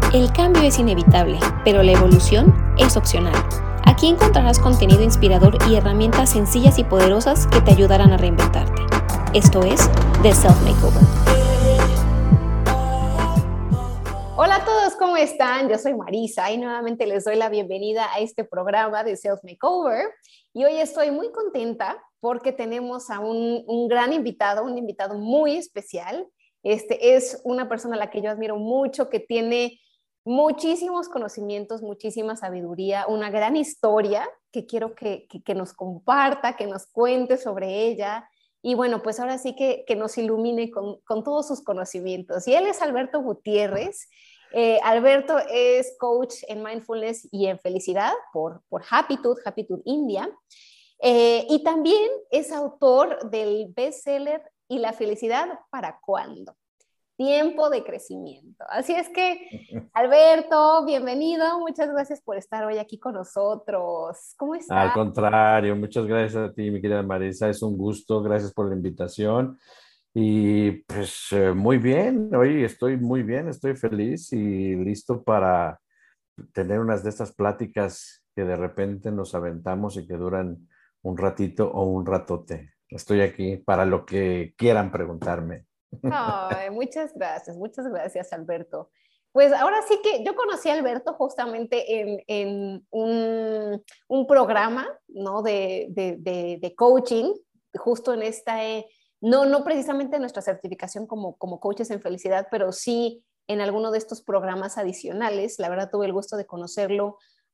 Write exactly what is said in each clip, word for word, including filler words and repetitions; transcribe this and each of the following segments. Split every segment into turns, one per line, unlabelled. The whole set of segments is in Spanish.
El cambio es inevitable, pero la evolución es opcional. Aquí encontrarás contenido inspirador y herramientas sencillas y poderosas que te ayudarán a reinventarte. Esto es The Self Makeover. Hola a todos, ¿cómo están? Yo soy Marisa y nuevamente les doy la bienvenida a este programa de Self Makeover. Y hoy estoy muy contenta porque tenemos a un, un gran invitado, un invitado muy especial. Este es una persona a la que yo admiro mucho, que tiene muchísimos conocimientos, muchísima sabiduría, una gran historia que quiero que, que, que nos comparta, que nos cuente sobre ella. Y bueno, pues ahora sí que, que nos ilumine con, con todos sus conocimientos. Y él es Alberto Gutiérrez. Eh, Alberto es coach en mindfulness y en felicidad por, por Happitude, Happitude India. Eh, y también es autor del bestseller ¿Y la felicidad para cuándo? Tiempo de crecimiento. Así es que, Alberto, bienvenido. Muchas gracias por estar hoy aquí con nosotros. ¿Cómo
Al
estás?
contrario, muchas gracias a ti, mi querida Marisa. Es un gusto, gracias por la invitación. Y pues eh, muy bien, hoy estoy muy bien, estoy feliz y listo para tener unas de estas pláticas que de repente nos aventamos y que duran un ratito o un ratote. Estoy aquí para lo que quieran preguntarme.
Ay, muchas gracias, muchas gracias, Alberto. Pues ahora sí que yo conocí a Alberto justamente en, en un, un programa, ¿no? de, de, de, de coaching, justo en esta, eh, no, no precisamente en nuestra certificación como, como coaches en felicidad, pero sí en alguno de estos programas adicionales. La verdad tuve el gusto de conocerlo,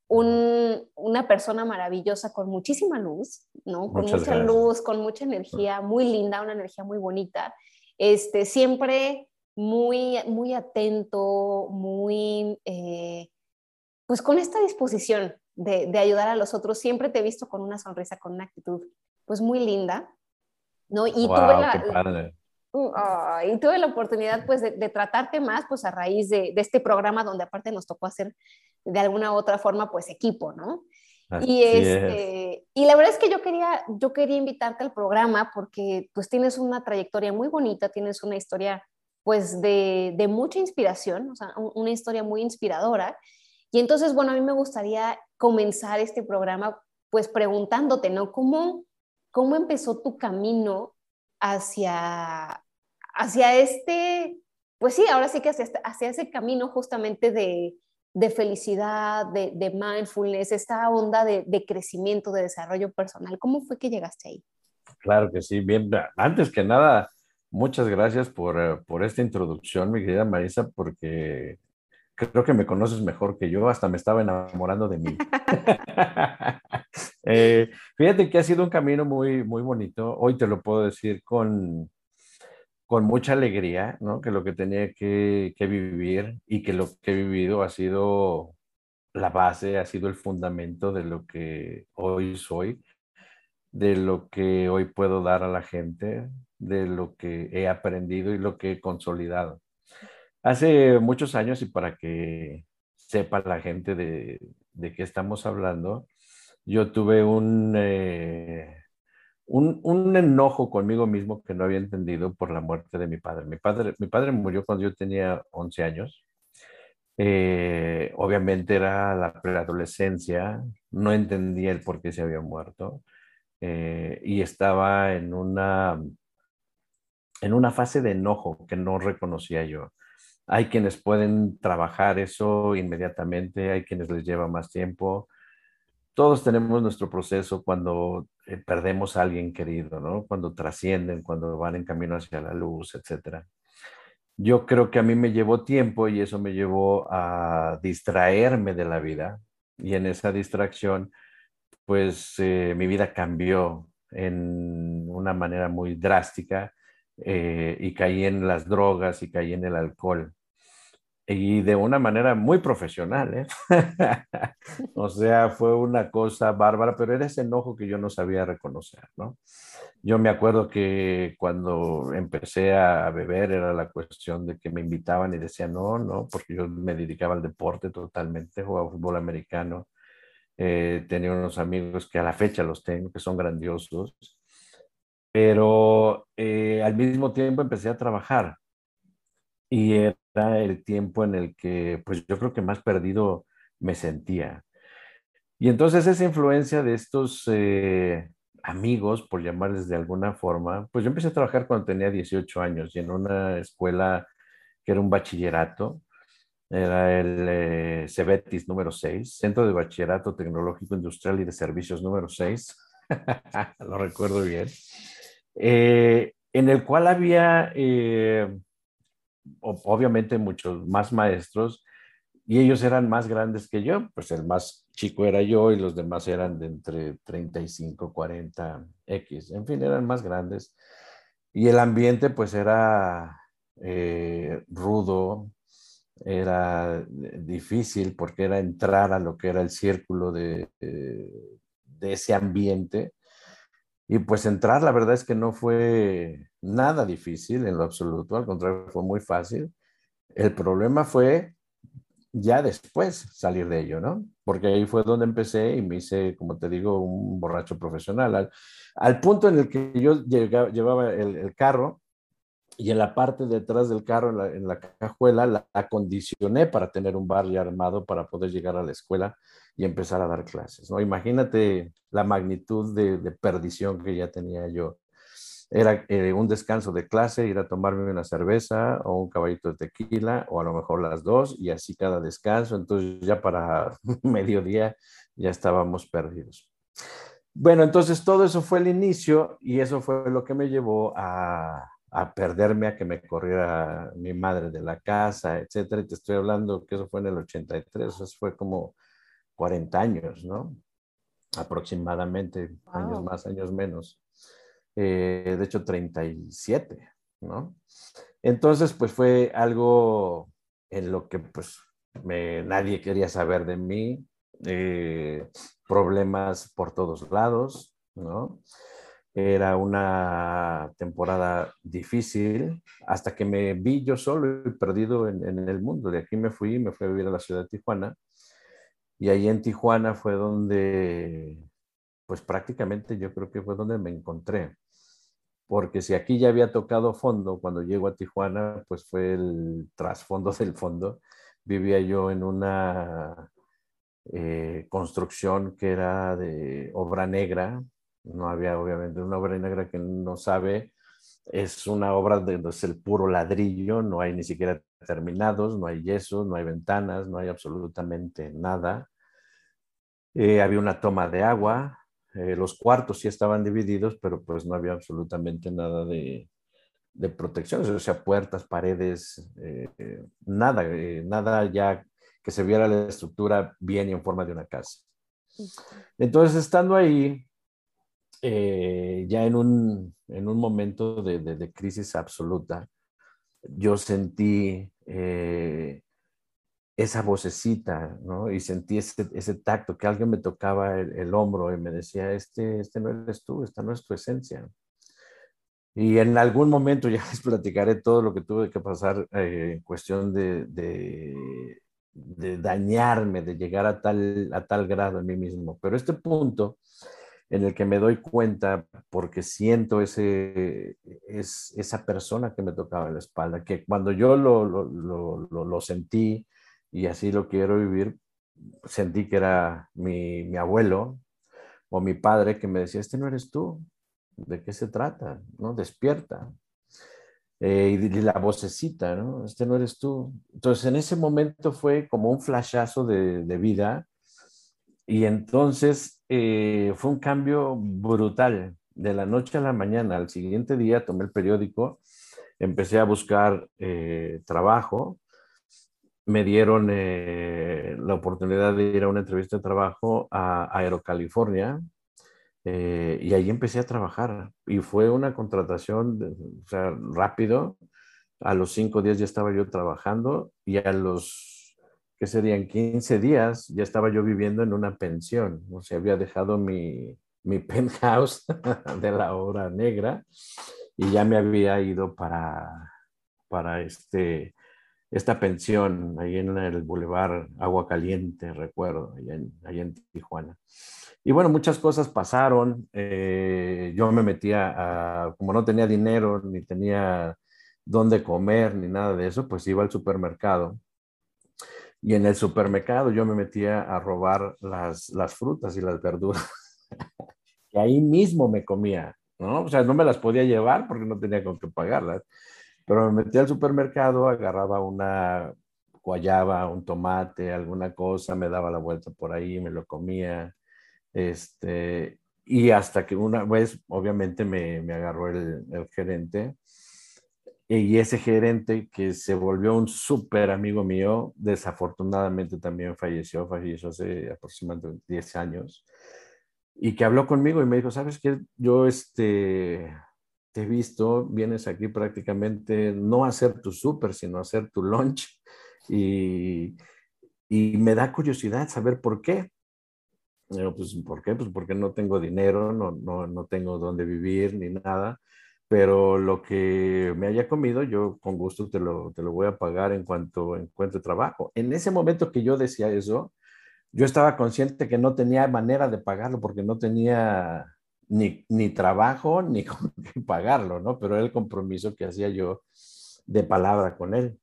un, una persona maravillosa con muchísima luz, ¿no? Con
Muchas
mucha
gracias.
luz, con mucha energía, muy linda, una energía muy bonita. Este, siempre muy, muy atento, muy, eh, pues con esta disposición de, de, ayudar a los otros. Siempre te he visto con una sonrisa, con una actitud, pues muy linda, ¿no? Y tuve
Wow, qué
la,
padre.
uh, oh, y tuve la oportunidad, pues, de, de tratarte más, pues, a raíz de, de este programa donde aparte nos tocó hacer de alguna u otra forma, pues, equipo, ¿no? Y,
Así es.
este, y la verdad es que yo quería, yo quería invitarte al programa porque pues tienes una trayectoria muy bonita, tienes una historia pues de, de mucha inspiración, o sea, un, una historia muy inspiradora. Y entonces, bueno, a mí me gustaría comenzar este programa pues preguntándote, ¿no? ¿Cómo, cómo empezó tu camino hacia, hacia este, pues sí, ahora sí que hacia, hacia ese camino justamente de de felicidad, de, de mindfulness, esta onda de, de, crecimiento, de desarrollo personal. ¿Cómo fue que llegaste ahí?
Claro que sí. Bien, antes que nada, muchas gracias por, eh, por esta introducción, mi querida Marisa, porque creo que me conoces mejor que yo, hasta me estaba enamorando de mí. Eh, fíjate que ha sido un camino muy, muy bonito. Hoy te lo puedo decir con, con mucha alegría, ¿no? Que lo que tenía que, que vivir y que lo que he vivido ha sido la base, ha sido el fundamento de lo que hoy soy, de lo que hoy puedo dar a la gente, de lo que he aprendido y lo que he consolidado. Hace muchos años, y para que sepa la gente de, de qué estamos hablando, yo tuve un, eh, un, un enojo conmigo mismo que no había entendido por la muerte de mi padre. Mi padre, mi padre murió cuando yo tenía once años. Eh, obviamente era la preadolescencia, no entendía el por qué se había muerto, eh, y estaba en una, en una fase de enojo que no reconocía yo. Hay quienes pueden trabajar eso inmediatamente, hay quienes les lleva más tiempo. Todos tenemos nuestro proceso cuando eh, perdemos a alguien querido, ¿no? Cuando trascienden, cuando van en camino hacia la luz, etcétera. Yo creo que a mí me llevó tiempo y eso me llevó a distraerme de la vida. Y en esa distracción, pues eh, mi vida cambió en una manera muy drástica, eh, y caí en las drogas y caí en el alcohol. Y de una manera muy profesional, ¿eh? O sea, fue una cosa bárbara, pero era ese enojo que yo no sabía reconocer, ¿no? Yo me acuerdo que cuando empecé a beber era la cuestión de que me invitaban y decía no, no, porque yo me dedicaba al deporte totalmente, jugaba fútbol americano, eh, tenía unos amigos que a la fecha los tengo, que son grandiosos, pero eh, al mismo tiempo empecé a trabajar y el tiempo en el que, pues yo creo que más perdido me sentía. Y entonces esa influencia de estos eh, amigos, por llamarles de alguna forma, pues yo empecé a trabajar cuando tenía dieciocho años y en una escuela que era un bachillerato, era el eh, CEBETIS número seis, Centro de Bachillerato Tecnológico Industrial y de Servicios número seis, lo recuerdo bien, eh, en el cual había eh, obviamente muchos más maestros y ellos eran más grandes que yo, pues el más chico era yo y los demás eran de entre treinta y cinco, cuarenta X, en fin, eran más grandes. Y el ambiente pues era eh, rudo, era difícil porque era entrar a lo que era el círculo de, de, de ese ambiente. Y pues entrar, la verdad es que no fue nada difícil en lo absoluto, al contrario, fue muy fácil. El problema fue ya después salir de ello, ¿no? Porque ahí fue donde empecé y me hice, como te digo, un borracho profesional. Al, al punto en el que yo llegaba, llevaba el, el, carro y en la parte de atrás del carro, en la, en la cajuela, la acondicioné para tener un bar ya armado para poder llegar a la escuela y empezar a dar clases, ¿no? Imagínate la magnitud de, de perdición que ya tenía yo. Era eh, un descanso de clase, ir a tomarme una cerveza o un caballito de tequila o a lo mejor las dos y así cada descanso. Entonces ya para mediodía ya estábamos perdidos. Bueno, entonces todo eso fue el inicio y eso fue lo que me llevó a, a perderme, a que me corriera mi madre de la casa, etcétera. Y te estoy hablando que eso fue en el ochenta y tres, eso fue como cuarenta años, ¿no? Aproximadamente, años
Wow.
más, años menos. Eh, de hecho, treinta y siete, ¿no? Entonces, pues fue algo en lo que pues me, nadie quería saber de mí, eh, problemas por todos lados, ¿no? Era una temporada difícil hasta que me vi yo solo y perdido en, en el mundo. De aquí me fui, me fui a vivir a la ciudad de Tijuana y ahí en Tijuana fue donde, pues prácticamente yo creo que fue donde me encontré porque si aquí ya había tocado fondo, cuando llego a Tijuana, pues fue el trasfondo del fondo. Vivía yo en una eh, construcción que era de obra negra. No había, obviamente, una obra negra que no sabe, es una obra de es el puro ladrillo, no hay ni siquiera terminados, no hay yeso, no hay ventanas, no hay absolutamente nada. Eh, había una toma de agua, eh, los cuartos sí estaban divididos, pero pues no había absolutamente nada de, de protección, o sea, puertas, paredes, eh, eh, nada, eh, nada ya que se viera la estructura bien y en forma de una casa. Entonces, estando ahí, eh, ya en un, en un momento de, de, de crisis absoluta, yo sentí eh, esa vocecita, ¿no? Y sentí ese, ese tacto, que alguien me tocaba el, el, hombro y me decía, este, este no eres tú, esta no es tu esencia. Y en algún momento ya les platicaré todo lo que tuve que pasar eh, en cuestión de, de, de, dañarme, de llegar a tal, a tal grado en mí mismo. Pero este punto en el que me doy cuenta, porque siento ese, es, esa persona que me tocaba la espalda, que cuando yo lo, lo, lo, lo, lo sentí y así lo quiero vivir, sentí que era mi, mi abuelo o mi padre que me decía, este no eres tú, ¿de qué se trata? ¿No? Despierta. Eh, y, y la vocecita, ¿no? Este no eres tú. Entonces, en ese momento fue como un flashazo de, de vida y entonces eh, fue un cambio brutal. De la noche a la mañana, al siguiente día tomé el periódico, empecé a buscar eh, trabajo, me dieron eh, la oportunidad de ir a una entrevista de trabajo a Aerocalifornia, eh, y ahí empecé a trabajar y fue una contratación, de, o sea, rápido. A los cinco días ya estaba yo trabajando y a los, ¿qué serían? quince días ya estaba yo viviendo en una pensión. O sea, había dejado mi, mi penthouse de la obra negra y ya me había ido para, para este, esta pensión ahí en el Boulevard Agua Caliente, recuerdo, allá en, allá en Tijuana. Y bueno, muchas cosas pasaron. Eh, yo me metía a, como no tenía dinero ni tenía dónde comer ni nada de eso, pues iba al supermercado. Y en el supermercado yo me metía a robar las, las frutas y las verduras, que ahí mismo me comía, ¿no? O sea, no me las podía llevar porque no tenía con qué pagarlas, pero me metía al supermercado, agarraba una guayaba, un tomate, alguna cosa, me daba la vuelta por ahí, me lo comía, este, y hasta que una vez, obviamente, me, me agarró el, el gerente, y ese gerente que se volvió un súper amigo mío, desafortunadamente también falleció, falleció hace aproximadamente diez años, y que habló conmigo y me dijo, ¿sabes qué? Yo este, te he visto, vienes aquí prácticamente no a hacer tu súper, sino a hacer tu lunch, y, y me da curiosidad saber por qué. Digo, pues, ¿por qué? Pues porque no tengo dinero, no, no, no tengo dónde vivir ni nada, pero lo que me haya comido, yo con gusto te lo, te lo voy a pagar en cuanto encuentre trabajo. En ese momento que yo decía eso, yo estaba consciente que no tenía manera de pagarlo porque no tenía ni, ni trabajo ni con qué pagarlo, ¿no? Pero era el compromiso que hacía yo de palabra con él.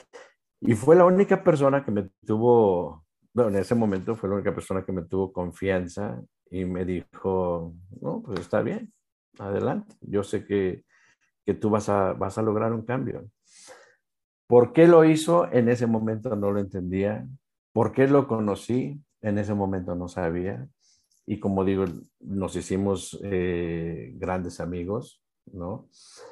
Y fue la única persona que me tuvo, bueno, en ese momento fue la única persona que me tuvo confianza y me dijo, no, pues está bien, adelante. Yo sé que, que tú vas a, vas a lograr un cambio. ¿Por qué lo hizo? En ese momento no lo entendía. ¿Por qué lo conocí? En ese momento no sabía. Y como digo, nos hicimos eh, grandes amigos, ¿no?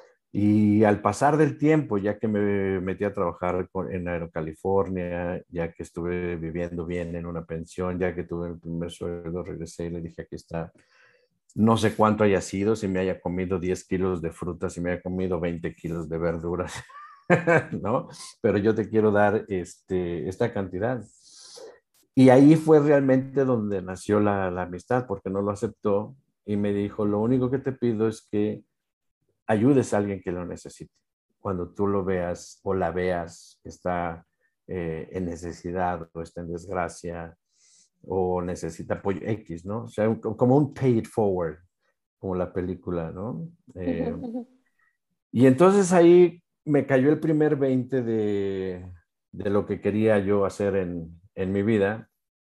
Y al pasar del tiempo, ya que me metí a trabajar con, en Aerocalifornia, ya que estuve viviendo bien en una pensión, ya que tuve el primer sueldo, regresé y le dije, aquí está, no sé cuánto haya sido, si me haya comido diez kilos de frutas, si me haya comido veinte kilos de verduras, ¿no? Pero yo te quiero dar este, esta cantidad. Y ahí fue realmente donde nació la, la amistad, porque no lo aceptó y me dijo, lo único que te pido es que ayudes a alguien que lo necesite. Cuando tú lo veas o la veas que está eh, en necesidad o está en desgracia o necesita apoyo X, ¿no? O sea, un, como un pay it forward, como la película, ¿no? Eh, y entonces ahí me cayó el primer veinte de, de lo que quería yo hacer en, en mi vida.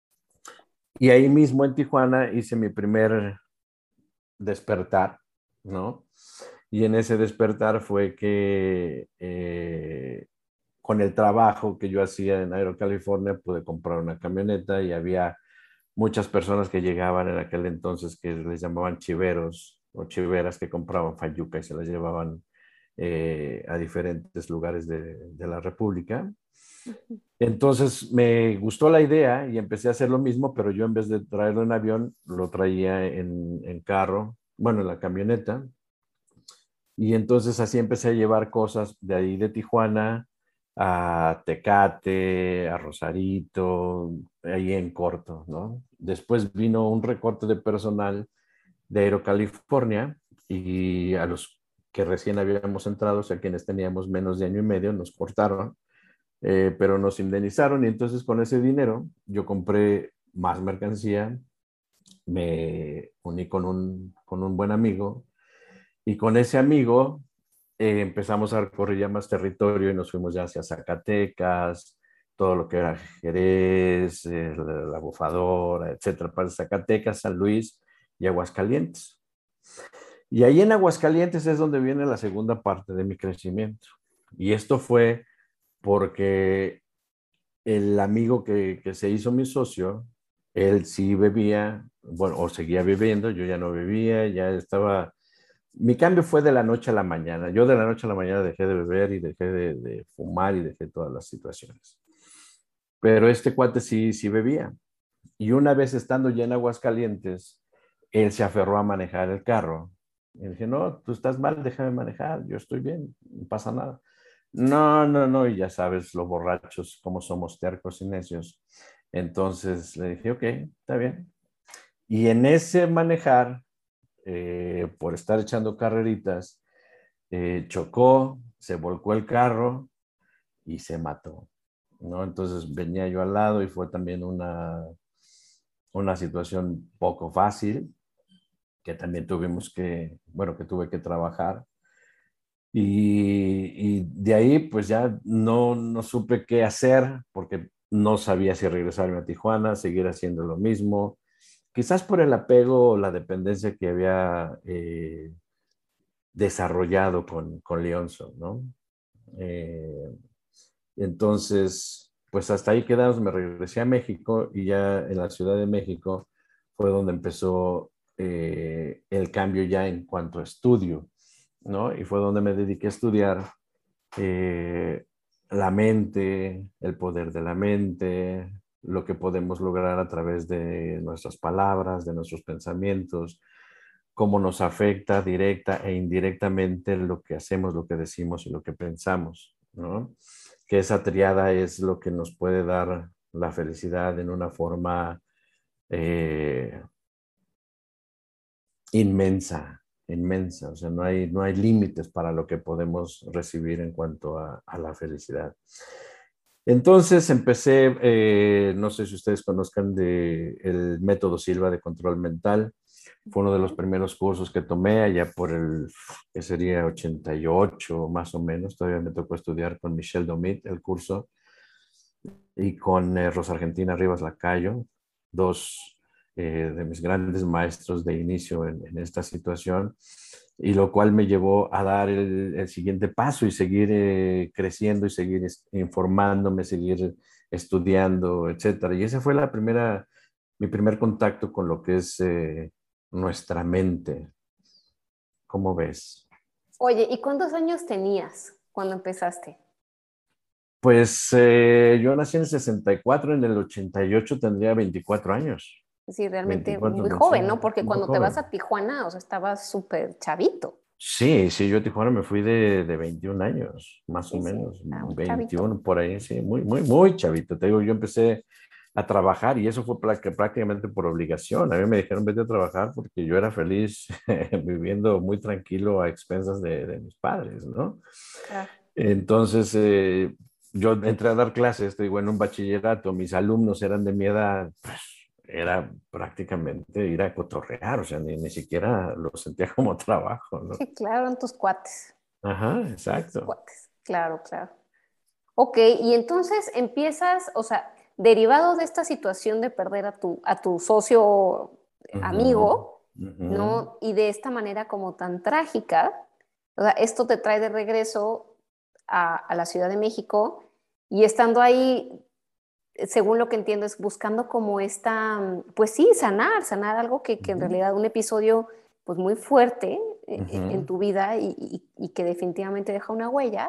Y ahí mismo en Tijuana hice mi primer despertar, ¿no? Y en ese despertar fue que eh, con el trabajo que yo hacía en Aero, California, pude comprar una camioneta y había muchas personas que llegaban en aquel entonces que les llamaban chiveros o chiveras que compraban fayuca y se las llevaban eh, a diferentes lugares de, de la República. Entonces me gustó la idea y empecé a hacer lo mismo, pero yo en vez de traerlo en avión, lo traía en, en carro, bueno, en la camioneta. Y entonces así empecé a llevar cosas de ahí de Tijuana a Tecate, a Rosarito, ahí en corto, ¿no? Después vino un recorte de personal de Aerocalifornia y a los que recién habíamos entrado, o sea, quienes teníamos menos de año y medio, nos cortaron, eh, pero nos indemnizaron y entonces con ese dinero yo compré más mercancía, me uní con un, con un buen amigo y con ese amigo eh, empezamos a recorrer ya más territorio y nos fuimos ya hacia Zacatecas, todo lo que era Jerez, eh, la, la Bufadora, etcétera, para Zacatecas, San Luis y Aguascalientes. Y ahí en Aguascalientes es donde viene la segunda parte de mi crecimiento. Y esto fue porque el amigo que, que se hizo mi socio, él sí bebía, bueno, o seguía bebiendo, yo ya no bebía, ya estaba. Mi cambio fue de la noche a la mañana. Yo de la noche a la mañana dejé de beber y dejé de, de fumar y dejé todas las situaciones. Pero este cuate sí, sí bebía. Y una vez estando ya en Aguascalientes, él se aferró a manejar el carro. Y dije, no, tú estás mal, déjame manejar, yo estoy bien, no pasa nada. No, no, no, y ya sabes, los borrachos, cómo somos tercos y necios. Entonces le dije, ok, está bien. Y en ese manejar, eh, por estar echando carreritas, eh, chocó, se volcó el carro y se mató, ¿no? Entonces venía yo al lado y fue también una, una situación poco fácil que también tuvimos que, bueno, que tuve que trabajar. Y, y de ahí pues ya no, no supe qué hacer porque no sabía si regresarme a Tijuana, seguir haciendo lo mismo, quizás por el apego o la dependencia que había eh, desarrollado con, con Leonzo, ¿no? Eh, entonces, pues hasta ahí quedamos, me regresé a México y ya en la Ciudad de México fue donde empezó eh, el cambio ya en cuanto a estudio, ¿no? Y fue donde me dediqué a estudiar eh, la mente, el poder de la mente, lo que podemos lograr a través de nuestras palabras, de nuestros pensamientos, cómo nos afecta directa e indirectamente lo que hacemos, lo que decimos y lo que pensamos, ¿no? Que esa triada es lo que nos puede dar la felicidad en una forma eh, inmensa, inmensa. O sea, no hay, no hay límites para lo que podemos recibir en cuanto a, a la felicidad. Entonces empecé, eh, no sé si ustedes conozcan de el método Silva de control mental. Fue uno de los primeros cursos que tomé allá por el, que sería ochenta y ocho más o menos. Todavía me tocó estudiar con Michelle Domit el curso y con eh, Rosa Argentina Rivas Lacayo, dos eh, de mis grandes maestros de inicio en, en, esta situación, y lo cual me llevó a dar el, el siguiente paso y seguir eh, creciendo y seguir informándome, seguir estudiando, etcétera. Y esa fue la primera, mi primer contacto con lo que es eh, nuestra mente. ¿Cómo ves?
Oye, ¿y cuántos años tenías cuando empezaste?
Pues eh, yo nací en el sesenta y cuatro, en el ochenta y ocho tendría veinticuatro años.
Sí, realmente
veinticuatro,
muy
no, sí,
joven, ¿no? Porque
muy
cuando te vas
joven.
a Tijuana, o sea, estabas súper chavito.
Sí, sí, yo a Tijuana me fui de, de veintiún años, más o
Sí, sí,
menos,
era un chavito.
veintiuno por ahí, sí, muy, muy, muy chavito. Te digo, yo empecé a trabajar y eso fue prácticamente por obligación. A mí me dijeron, vete a trabajar porque yo era feliz viviendo muy tranquilo a expensas de, de mis padres, ¿no?
Claro.
Entonces, eh, yo entré a dar clases, te digo, en un bachillerato, mis alumnos eran de mi edad, pues era prácticamente ir a cotorrear, o sea, ni, ni siquiera lo sentía como trabajo, ¿no?
Sí, claro, eran tus cuates.
Ajá,
Eran tus
exacto.
cuates. Claro, claro. Ok, y entonces empiezas, o sea, derivado de esta situación de perder a tu, a tu socio
Ujú,
amigo,
ujú,
¿no? Y de esta manera como tan trágica, o sea, esto te trae de regreso a, a la Ciudad de México y estando ahí, según lo que entiendo, es buscando como esta, pues sí, sanar, sanar algo que, que en
ujú,
realidad un episodio pues muy fuerte eh, en
ujú.
tu vida y, y, y que definitivamente deja una huella.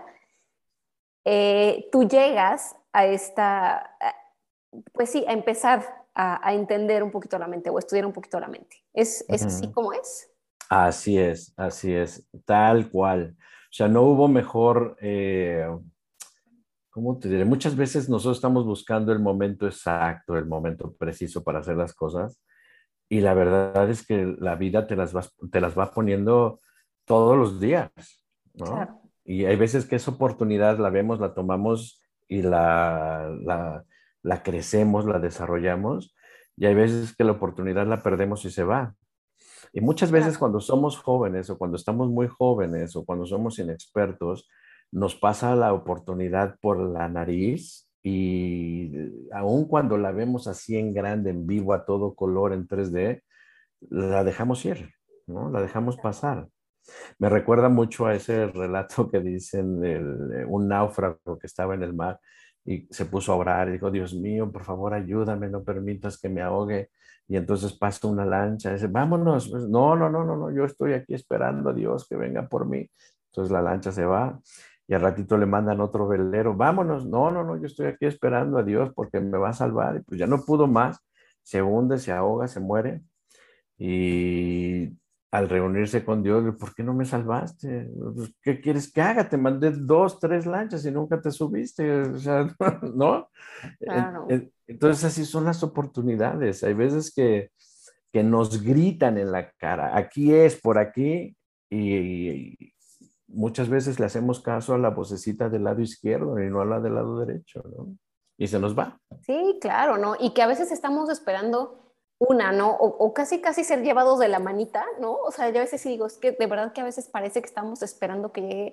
Eh, tú llegas a esta, pues sí, a empezar a, a, entender un poquito la mente o estudiar un poquito la mente. ¿Es, es así
Ujú.
como es?
Así es, así es, tal cual. O sea, no hubo mejor, eh, ¿cómo te diré? Muchas veces nosotros estamos buscando el momento exacto, el momento preciso para hacer las cosas. Y la verdad es que la vida te las va, te las va poniendo todos los días, ¿no?
Claro,
Y hay veces que esa oportunidad la vemos, la tomamos y la, la, la crecemos, la desarrollamos. Y hay veces que la oportunidad la perdemos y se va. Y muchas veces
claro.
cuando somos jóvenes o cuando estamos muy jóvenes o cuando somos inexpertos, nos pasa la oportunidad por la nariz y aun cuando la vemos así en grande, en vivo, a todo color, en tres D, la dejamos ir, ¿no? La dejamos pasar. Me recuerda mucho a ese relato que dicen de un náufrago que estaba en el mar y se puso a orar y dijo, Dios mío, por favor, ayúdame, no permitas que me ahogue. Y entonces pasa una lancha, y dice, vámonos. Pues, no, no, no, no, no, yo estoy aquí esperando a Dios que venga por mí. Entonces la lancha se va y al ratito le mandan otro velero, vámonos. No, no, no, yo estoy aquí esperando a Dios porque me va a salvar. Y pues ya no pudo más, se hunde, se ahoga, se muere. Y al reunirse con Dios, ¿por qué no me salvaste? Pues, ¿qué quieres que haga? Te mandé dos, tres lanchas y nunca te subiste. O sea, ¿no?
Claro.
Entonces así son las oportunidades. Hay veces que, que nos gritan en la cara, aquí es, por aquí, y muchas veces le hacemos caso a la vocecita del lado izquierdo y no a la del lado derecho, ¿no? Y se nos va.
Sí, claro, ¿no? Y que a veces estamos esperando una, ¿no? O, o, casi, casi ser llevados de la manita, ¿no? O sea, yo a veces sí digo, es que de verdad que a veces parece que estamos esperando que llegue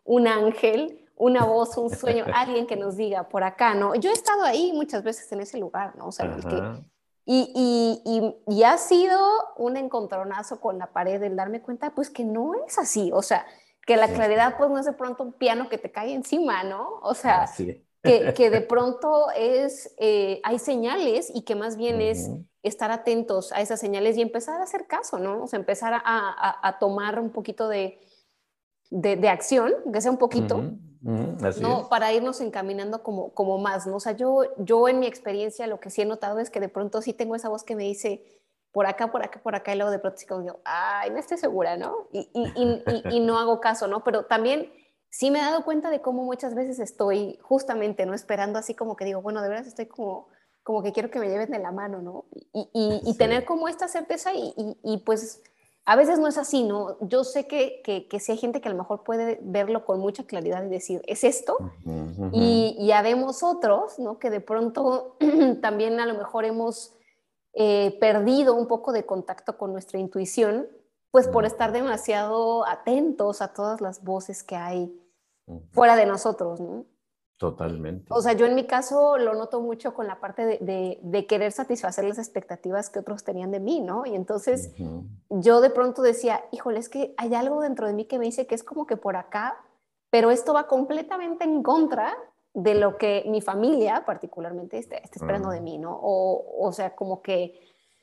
un ángel, una voz, un sueño, alguien que nos diga por acá, ¿no? Yo he estado ahí muchas veces en ese lugar, ¿no? O sea, en el que...
Ajá.
Y, y, y, y ha sido un encontronazo con la pared el darme cuenta, pues que no es así, o sea, que la
Ujú.
claridad pues no es de pronto un piano que te cae encima, ¿no? O sea,
Así.
que, que de pronto es, eh, hay señales y que más bien es
Ujú,
estar atentos a esas señales y empezar a hacer caso, ¿no? O sea, empezar a, a, a tomar un poquito de, de, de acción, que sea un poquito,
ujú, ujú, así
¿no?
es.
Para irnos encaminando como, como más, ¿no? O sea, yo, yo en mi experiencia lo que sí he notado es que de pronto sí tengo esa voz que me dice por acá, por acá, por acá, y luego de pronto sí como digo, ay, no estoy segura, ¿no? Y, y, y, y no hago caso, ¿no? Pero también sí me he dado cuenta de cómo muchas veces estoy justamente, ¿no? Esperando así como que digo, bueno, de verdad estoy como, como que quiero que me lleven de la mano, ¿no? Y, y, y tener
Sí.
como esta certeza y, y, y pues a veces no es así, ¿no? Yo sé que, que, que sí hay gente que a lo mejor puede verlo con mucha claridad y decir, es esto,
Ujú, ujú,
y, y habemos otros, ¿no? Que de pronto también a lo mejor hemos eh, perdido un poco de contacto con nuestra intuición, pues por
ujú,
estar demasiado atentos a todas las voces que hay
ujú.
fuera de nosotros, ¿no?
Totalmente.
O sea, yo en mi caso lo noto mucho con la parte de, de, de querer satisfacer las expectativas que otros tenían de mí, ¿no? Y entonces
Ujú,
yo de pronto decía, híjole, es que hay algo dentro de mí que me dice que es como que por acá, pero esto va completamente en contra de lo que mi familia particularmente está, está esperando de
ujú,
mí, ¿no? O, o sea, como que,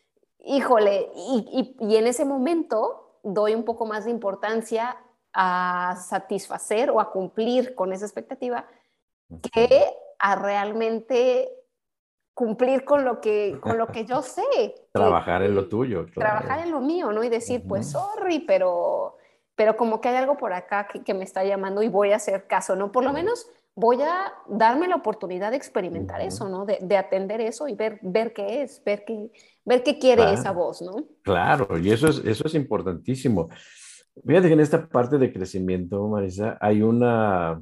híjole, y, y, y en ese momento doy un poco más de importancia a satisfacer o a cumplir con esa expectativa que
ujú.
a realmente cumplir con lo que, con lo que yo sé, que,
Trabajar en lo
que
tuyo,
trabajar
claro.
en lo mío, ¿no? Y decir, pues
Ujú,
sorry, pero, pero como que hay algo por acá que, que me está llamando y voy a hacer caso, ¿no? Por lo
sí.
menos voy a darme la oportunidad de experimentar
Ujú,
eso, ¿no? De, de atender eso y ver, ver qué es, ver qué, ver qué quiere esa
claro,
voz, ¿no?
claro. Y eso es, eso es importantísimo. Fíjate que en esta parte de crecimiento, Marisa, hay una,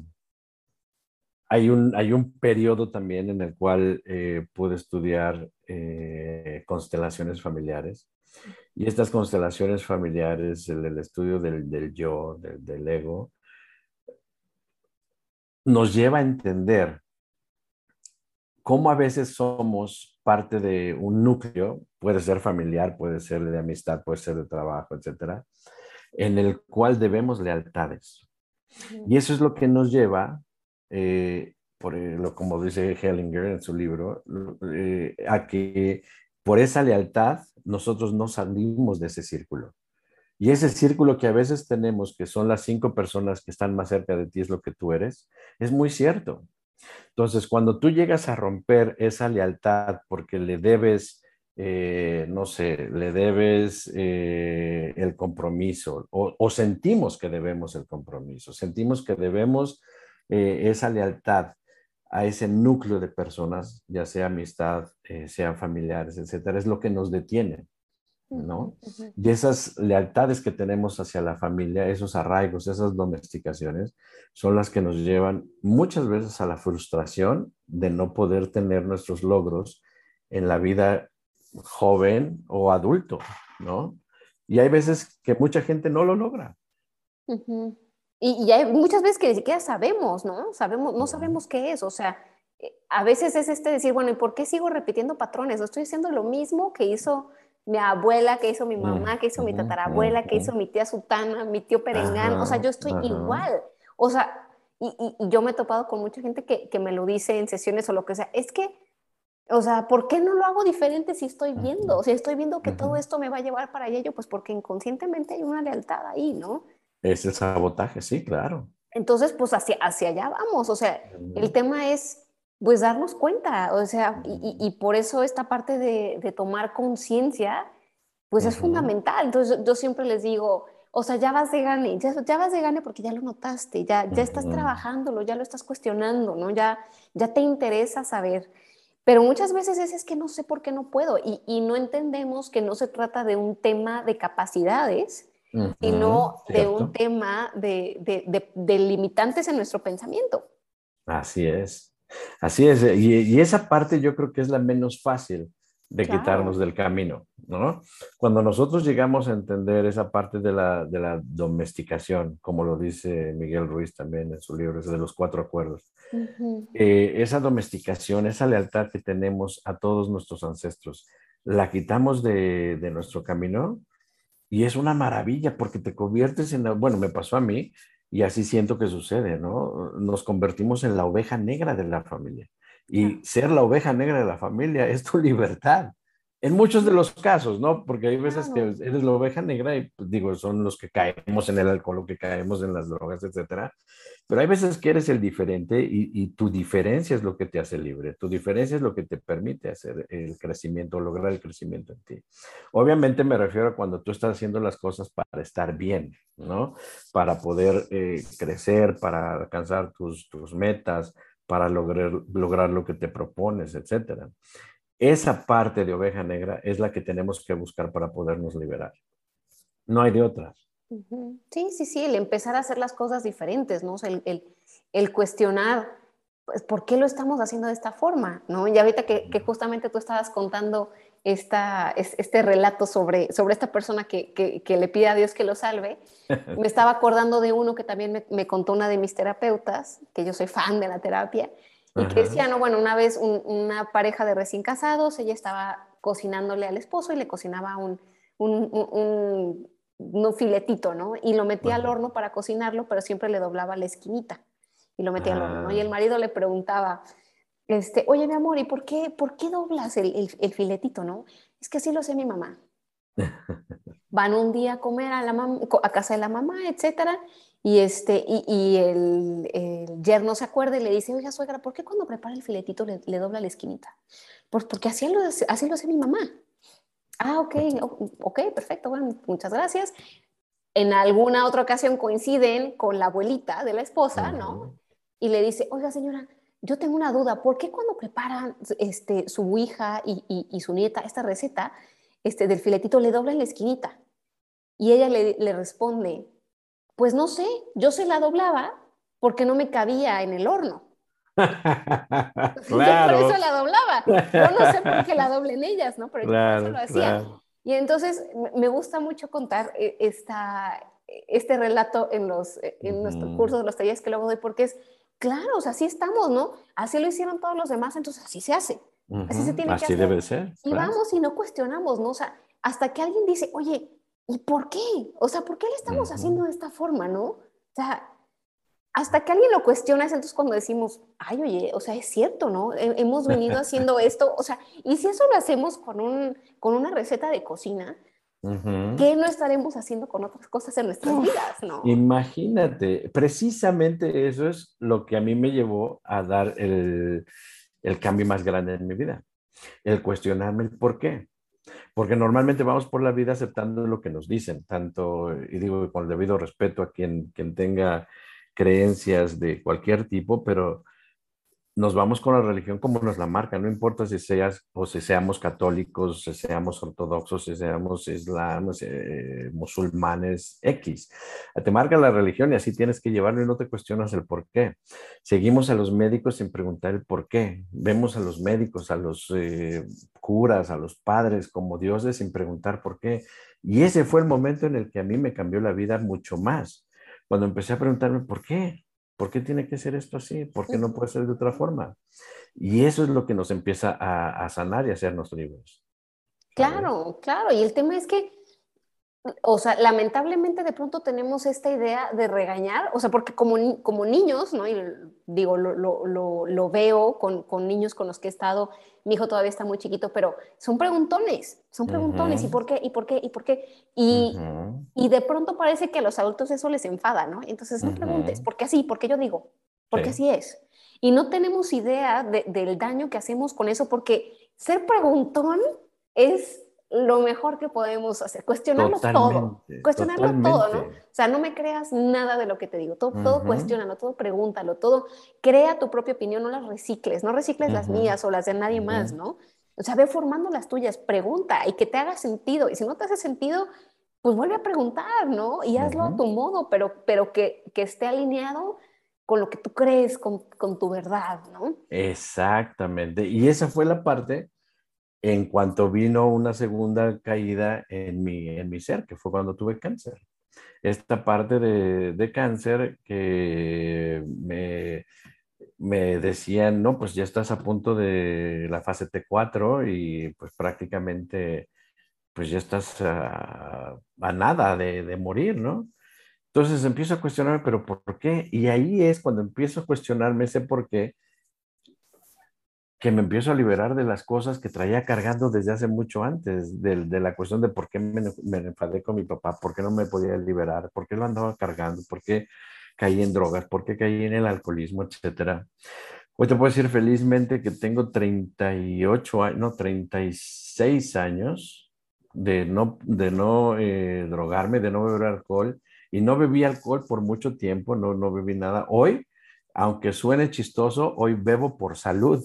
hay un, hay un periodo también en el cual eh, pude estudiar eh, constelaciones familiares. Y estas constelaciones familiares, el, el estudio del, del yo, del, del ego, nos lleva a entender cómo a veces somos parte de un núcleo, puede ser familiar, puede ser de amistad, puede ser de trabajo, etcétera, en el cual debemos lealtades.
Ujú,
Y eso es lo que nos lleva, eh, por, eh, lo, como dice Hellinger en su libro, eh, a que por esa lealtad nosotros no salimos de ese círculo. Y ese círculo que a veces tenemos, que son las cinco personas que están más cerca de ti, es lo que tú eres, es muy cierto. Entonces, cuando tú llegas a romper esa lealtad porque le debes, eh, no sé, le debes eh, el compromiso o, o, sentimos que debemos el compromiso, sentimos que debemos eh, esa lealtad a ese núcleo de personas, ya sea amistad, eh, sean familiares, etcétera, es lo que nos detiene.
ujú,
¿No?
ujú,
Y esas lealtades que tenemos hacia la familia, esos arraigos, esas domesticaciones, son las que nos llevan muchas veces a la frustración de no poder tener nuestros logros en la vida joven o adulto, ¿no? Y hay veces que mucha gente no lo logra.
ujú. Y, y hay muchas veces que ni siquiera sabemos, ¿no? Sabemos, no
Ujú,
sabemos qué es. O sea, eh, a veces es este decir, bueno, ¿y por qué sigo repitiendo patrones? ¿No estoy haciendo lo mismo que hizo mi abuela, que hizo mi mamá, que hizo mi
ujú,
tatarabuela, que hizo
ujú.
mi tía Sutana, mi tío Perengán? O sea,
Ajá,
yo estoy
ajá.
igual. O sea, y, y- y yo me he topado con mucha gente que, que me lo dice en sesiones o lo que sea. Es que, o sea, ¿por qué no lo hago diferente si estoy
Ujú,
viendo? Si estoy viendo que
ujú.
todo esto me va a llevar para ello, pues porque inconscientemente hay una lealtad ahí, ¿no?
Es el sabotaje, sí, claro.
Entonces, pues hacia, hacia allá vamos. O sea, el
Ujú,
tema es, pues, darnos cuenta. O sea, y, y-
ujú,
y por eso esta parte de, de tomar conciencia, pues es
ujú,
fundamental. Entonces, yo, yo siempre les digo, o sea, ya vas de gane, ya, ya vas de gane porque ya lo notaste, ya, ya estás
ujú.
trabajándolo, ya lo estás cuestionando, ¿no? Ya, ya te interesa saber. Pero muchas veces es, es que no sé por qué no puedo y, y no entendemos que no se trata de un tema de capacidades,
Ujú,
sino de un
cierto,
tema de, de, de, de limitantes en nuestro pensamiento.
así es, así es, y, y esa parte yo creo que es la menos fácil de quitarnos
Claro.
del camino, ¿no? Cuando nosotros llegamos a entender esa parte de la, de la domesticación, como lo dice Miguel Ruiz también en su libro, es de los cuatro acuerdos,
Ujú.
eh, esa domesticación, esa lealtad que tenemos a todos nuestros ancestros, la quitamos de, de nuestro camino y es una maravilla porque te conviertes en, la- bueno, me pasó a mí y así siento que sucede, ¿no? Nos convertimos en la oveja negra de la familia. Y
Claro.
ser la oveja negra de la familia es tu libertad. En muchos de los casos, ¿no? Porque hay veces que
Claro.
eres la oveja negra y, pues, digo, son los que caemos en el alcohol, o que caemos en las drogas, etcétera. Pero hay veces que eres el diferente y, y tu diferencia es lo que te hace libre. Tu diferencia es lo que te permite hacer el crecimiento, lograr el crecimiento en ti. Obviamente me refiero a cuando tú estás haciendo las cosas para estar bien, ¿no? Para poder eh, crecer, para alcanzar tus, tus metas, para lograr, lograr lo que te propones, etcétera. Esa parte de oveja negra es la que tenemos que buscar para podernos liberar. No hay de otra.
Ujú. Sí, sí, sí, el empezar a hacer las cosas diferentes, ¿no? O sea, el, el, el cuestionar, pues, ¿por qué lo estamos haciendo de esta forma? ¿No? Y ahorita que, que justamente tú estabas contando esta, es- este relato sobre, sobre esta persona que, que, que le pide a Dios que lo salve, me estaba acordando de uno que también me, me contó una de mis terapeutas, que yo soy fan de la terapia, y que
Ajá,
decía, no, bueno, una vez un- una pareja de recién casados, ella estaba cocinándole al esposo y le cocinaba un, un, un, un un filetito, ¿no? Y lo metía al
ajá.
horno para cocinarlo, pero siempre le doblaba la esquinita y lo metía al horno, ¿no? Y
Ah,
el marido le preguntaba, este, oye, mi amor, ¿y por qué, por qué doblas el, el, el filetito, no? Es que así lo hace mi mamá. Van un día a comer a, la a casa de la mamá, etcétera, y, este, y, y el, el, yerno se acuerda y le dice, oiga, suegra, ¿por qué cuando prepara el filetito le, le dobla la esquinita? Pues porque así lo, así lo hace mi mamá. Ah, ok, ok, perfecto, bueno, muchas gracias. En alguna otra ocasión coinciden con la abuelita de la esposa, ¿no?
ujú.
Y le dice, oiga señora, yo tengo una duda, ¿por qué cuando preparan este, su hija y, y, y su nieta esta receta este, del filetito le doblan la esquinita? Y ella le, le responde, pues no sé, yo se la doblaba porque no me cabía en el horno. Yo por eso
Claro,
la doblaba. Yo no sé por qué la doblen ellas, ¿no? Pero yo por eso lo
claro,
hacía.
claro.
Y entonces me gusta mucho contar eh, esta, este relato en, los, en nuestros
Ujú,
cursos, los talleres que luego doy, porque es, claro, o sea, así estamos, ¿no? Así lo hicieron todos los demás, entonces así se hace. Así se
ujú.
tiene que
Así
hacer.
debe ser,
Y
claro.
vamos y no cuestionamos, ¿no? O sea, hasta que alguien dice, oye, ¿y por qué? O sea, ¿por qué le estamos haciendo
Ujú.
de esta forma, no? O sea, hasta que alguien lo cuestiona es entonces cuando decimos, ay, oye, o sea, es cierto, ¿no? He- hemos venido haciendo esto, o sea, y si eso lo hacemos con, un, con una receta de cocina,
Ujú.
¿qué no estaremos haciendo con otras cosas en nuestras
Uf,
vidas, no?
imagínate, precisamente eso es lo que a mí me llevó a dar el, el cambio más grande en mi vida, el cuestionarme el por qué. Porque normalmente vamos por la vida aceptando lo que nos dicen, tanto, y digo con el debido respeto a quien, quien tenga creencias de cualquier tipo, pero nos vamos con la religión como nos la marca, no importa si seas o si seamos católicos, si seamos ortodoxos, si seamos islam, eh, musulmanes, X. Te marca la religión y así tienes que llevarlo y no te cuestionas el por qué. Seguimos a los médicos sin preguntar el por qué. Vemos a los médicos, a los eh, curas, a los padres como dioses sin preguntar por qué. Y ese fue el momento en el que a mí me cambió la vida mucho más. Cuando empecé a preguntarme por qué. ¿Por qué tiene que ser esto así? ¿Por qué no puede ser de otra forma? Y eso es lo que nos empieza a, a sanar y a hacernos libres, ¿sabes?
Claro, claro, y el tema es que o sea, lamentablemente de pronto tenemos esta idea de regañar, o sea, porque como, ni- como niños, ¿no? Y digo, lo, lo, lo, lo veo con, con niños con los que he estado, mi hijo todavía está muy chiquito, pero son preguntones, son preguntones, ¿y
Ujú,
por qué? ¿Y por qué? ¿Y por qué? Y,
ujú,
y de pronto parece que a los adultos eso les enfada, ¿no? Entonces no preguntes,
ujú.
¿por qué así? ¿Por qué yo digo? Porque
Sí,
así es. Y no tenemos idea de- del daño que hacemos con eso, porque ser preguntón es lo mejor que podemos hacer, cuestionarlo todo,
totalmente,
cuestionarlo todo, ¿no? O
totalmente.
sea, no me creas nada de lo que te digo, todo, todo
Ujú,
cuestiónalo, todo pregúntalo, todo, crea tu propia opinión, no las recicles, no recicles las
ujú,
mías o las de nadie
ujú,
más, ¿no? O sea, ve formando las tuyas, pregunta y que te haga sentido, y si no te hace sentido, pues vuelve a preguntar, ¿no? Y hazlo a tu
ujú.
modo, pero, pero que, que esté alineado con lo que tú crees, con, con tu verdad, ¿no?
Exactamente. Y esa fue la parte en cuanto vino una segunda caída en mi, en mi ser, que fue cuando tuve cáncer. Esta parte de, de cáncer que me, me decían, no, pues ya estás a punto de la fase T cuatro y pues prácticamente pues ya estás a, a nada de, de morir, ¿no? Entonces empiezo a cuestionarme, pero ¿por qué? Y ahí es cuando empiezo a cuestionarme ese por qué, que me empiezo a liberar de las cosas que traía cargando desde hace mucho antes, de, de la cuestión de por qué me, me enfadé con mi papá, por qué no me podía liberar, por qué lo andaba cargando, por qué caí en drogas, por qué caí en el alcoholismo, etcétera. Hoy te puedo decir felizmente que tengo treinta y ocho años, no, treinta y seis años de no, de no eh, drogarme, de no beber alcohol. Y no bebí alcohol por mucho tiempo, no, no bebí nada. Hoy, aunque suene chistoso, hoy bebo por salud.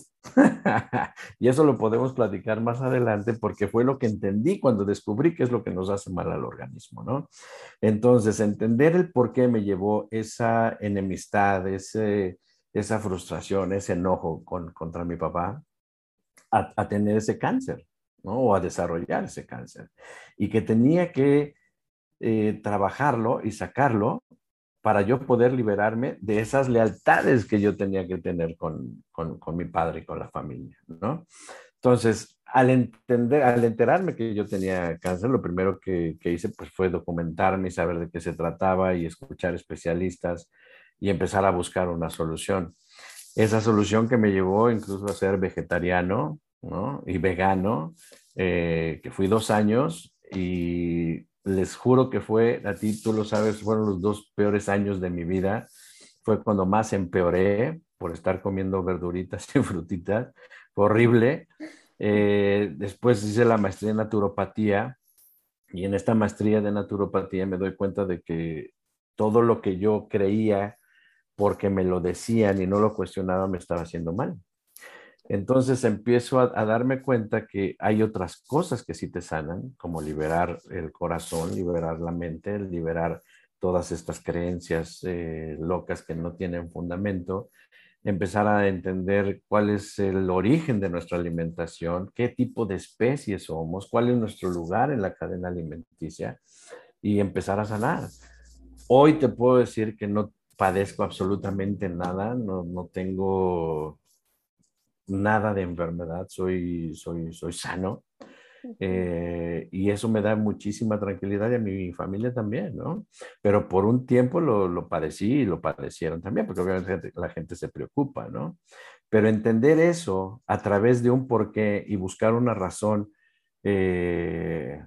Y eso lo podemos platicar más adelante porque fue lo que entendí cuando descubrí qué es lo que nos hace mal al organismo, ¿no? Entonces, entender el por qué me llevó esa enemistad, ese, esa frustración, ese enojo con, contra mi papá a, a tener ese cáncer, ¿no? O a desarrollar ese cáncer. Y que tenía que eh, trabajarlo y sacarlo para yo poder liberarme de esas lealtades que yo tenía que tener con, con, con mi padre y con la familia, ¿no? Entonces, al entender, al enterarme que yo tenía cáncer, lo primero que, que hice pues, fue documentarme y saber de qué se trataba y escuchar especialistas y empezar a buscar una solución. Esa solución que me llevó incluso a ser vegetariano, ¿no? Y vegano, eh, que fui dos años y les juro que fue, a ti tú lo sabes, fueron los dos peores años de mi vida. Fue cuando más empeoré por estar comiendo verduritas y frutitas. Fue horrible. Eh, después hice la maestría en naturopatía y en esta maestría de naturopatía me doy cuenta de que todo lo que yo creía porque me lo decían y no lo cuestionaba me estaba haciendo mal. Entonces empiezo a, a, darme cuenta que hay otras cosas que sí te sanan, como liberar el corazón, liberar la mente, liberar todas estas creencias eh, locas que no tienen fundamento, empezar a entender cuál es el origen de nuestra alimentación, qué tipo de especie somos, cuál es nuestro lugar en la cadena alimenticia y empezar a sanar. Hoy te puedo decir que no padezco absolutamente nada, no, no tengo nada de enfermedad, soy, soy, soy sano. Eh, y eso me da muchísima tranquilidad y a mi familia también, ¿no? Pero por un tiempo lo, lo padecí y lo padecieron también, porque obviamente la gente se preocupa, ¿no? Pero entender eso a través de un porqué y buscar una razón eh,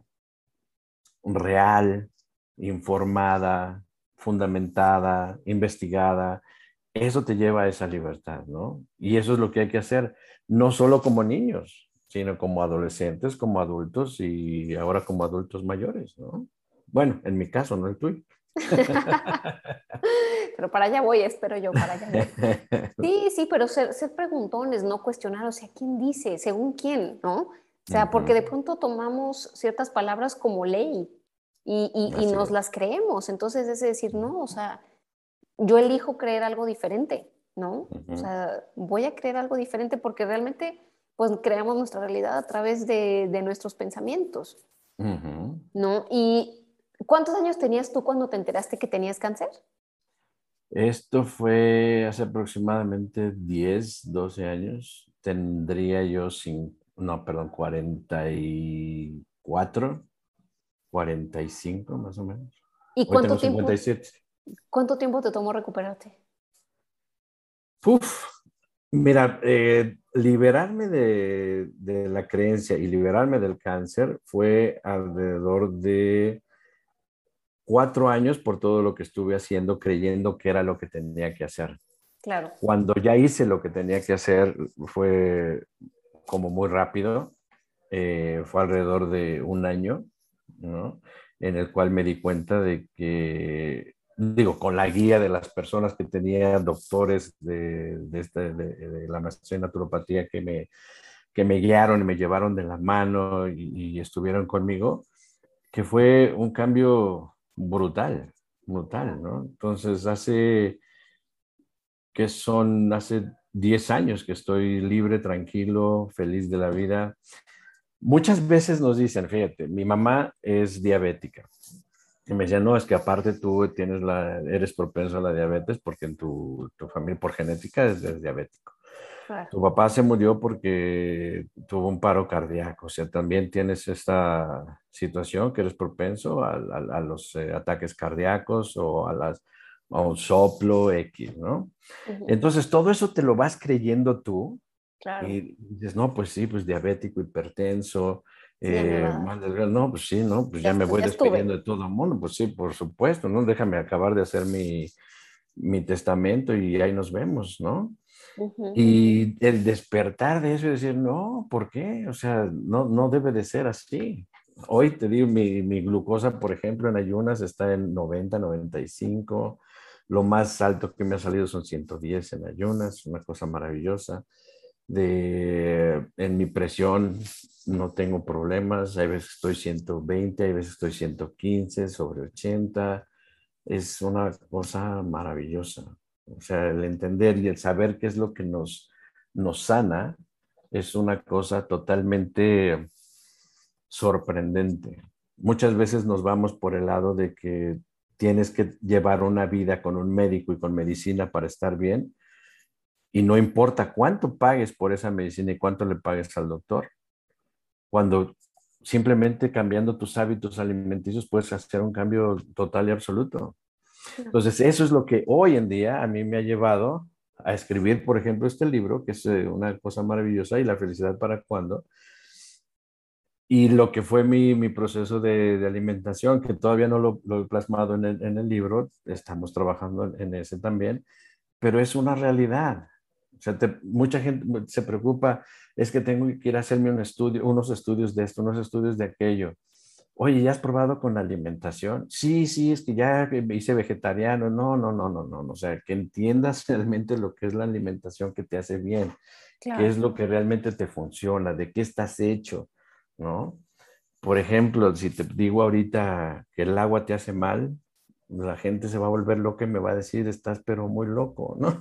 real, informada, fundamentada, investigada, eso te lleva a esa libertad, ¿no? Y eso es lo que hay que hacer, no solo como niños, sino como adolescentes, como adultos y ahora como adultos mayores, ¿no? Bueno, en mi caso, no el tuyo.
Pero para allá voy, espero yo, para allá voy. Sí, sí, pero ser, ser preguntones, no cuestionar, o sea, ¿quién dice? ¿Según quién? ¿No? O sea, porque de
Uh-huh.
pronto tomamos ciertas palabras como ley y, y, y
Así
nos
es.
las creemos. Entonces es decir, no, o sea, yo elijo creer algo diferente, ¿no? O
Uh-huh.
sea, voy a creer algo diferente porque realmente, pues, creamos nuestra realidad a través de, de nuestros pensamientos,
Uh-huh.
¿no? ¿Y cuántos años tenías tú cuando te enteraste que tenías cáncer?
Esto fue hace aproximadamente diez, doce años. Tendría yo sin, no, perdón, cuarenta y cuatro, cuarenta y cinco más o menos.
¿Y
Hoy
cuánto
tengo cincuenta y
tiempo,
siete.
cuánto tiempo te tomó recuperarte?
Uf, mira, eh, liberarme de, de la creencia y liberarme del cáncer fue alrededor de cuatro años por todo lo que estuve haciendo, creyendo que era lo que tenía que hacer.
Claro.
Cuando ya hice lo que tenía que hacer, fue como muy rápido, eh, fue alrededor de un año, ¿no? En el cual me di cuenta de que, digo, con la guía de las personas que tenía, doctores de, de, este, de, de la maestría en naturopatía que me, que me guiaron y me llevaron de la mano y, y estuvieron conmigo, que fue un cambio brutal, brutal, ¿no? Entonces, hace que son hace diez años que estoy libre, tranquilo, feliz de la vida. Muchas veces nos dicen, fíjate, mi mamá es diabética. Y me decían, no, es que aparte tú tienes la, eres propenso a la diabetes porque en tu, tu familia por genética es, es diabético.
Claro.
Tu papá se murió porque tuvo un paro cardíaco. O sea, también tienes esta situación que eres propenso a, a- a los eh, ataques cardíacos o a, las, a un soplo X, ¿no?
Ujú.
Entonces, todo eso te lo vas creyendo tú
Claro.
y dices, no, pues sí, pues diabético, hipertenso,
Sí, ya me va
eh,
a dar.
mal delgado. No, pues sí, no, pues
Ya,
ya me
est-
voy
ya
despidiendo
estuve.
de todo el mundo. Pues sí, por supuesto, ¿no? Déjame acabar de hacer mi, mi testamento y ahí nos vemos, ¿no?
Ujú.
Y el despertar de eso y decir, no, ¿por qué? O sea, no, no debe de ser así. Hoy te digo, mi, mi glucosa, por ejemplo, en ayunas está en noventa, noventa y cinco. Lo más alto que me ha salido son ciento diez en ayunas, una cosa maravillosa. De, en mi presión no tengo problemas. Hay veces estoy ciento veinte, hay veces estoy ciento quince sobre ochenta. Es una cosa maravillosa. O sea, el entender y el saber qué es lo que nos, nos sana es una cosa totalmente sorprendente. Muchas veces nos vamos por el lado de que tienes que llevar una vida con un médico y con medicina para estar bien y no importa cuánto pagues por esa medicina y cuánto le pagues al doctor, cuando simplemente cambiando tus hábitos alimenticios puedes hacer un cambio total y absoluto.
Claro.
Entonces, eso es lo que hoy en día a mí me ha llevado a escribir, por ejemplo, este libro, que es eh, una cosa maravillosa, y la felicidad para cuando, y lo que fue mi, mi proceso de, de alimentación, que todavía no lo, lo he plasmado en el, en el libro, estamos trabajando en, en ese también, pero es una realidad. O sea, te- mucha gente se preocupa, es que tengo que ir a hacerme un estudio, unos estudios de esto, unos estudios de aquello. Oye, ¿ya has probado con la alimentación? Sí, sí, es que ya me hice vegetariano. No, no, no, no, no, no. O sea, que entiendas realmente lo que es la alimentación que te hace bien, qué
Claro.
es lo que realmente te funciona, de qué estás hecho, ¿no? Por ejemplo, si te digo ahorita que el agua te hace mal, la gente se va a volver loca y me va a decir, estás pero muy loco, ¿no?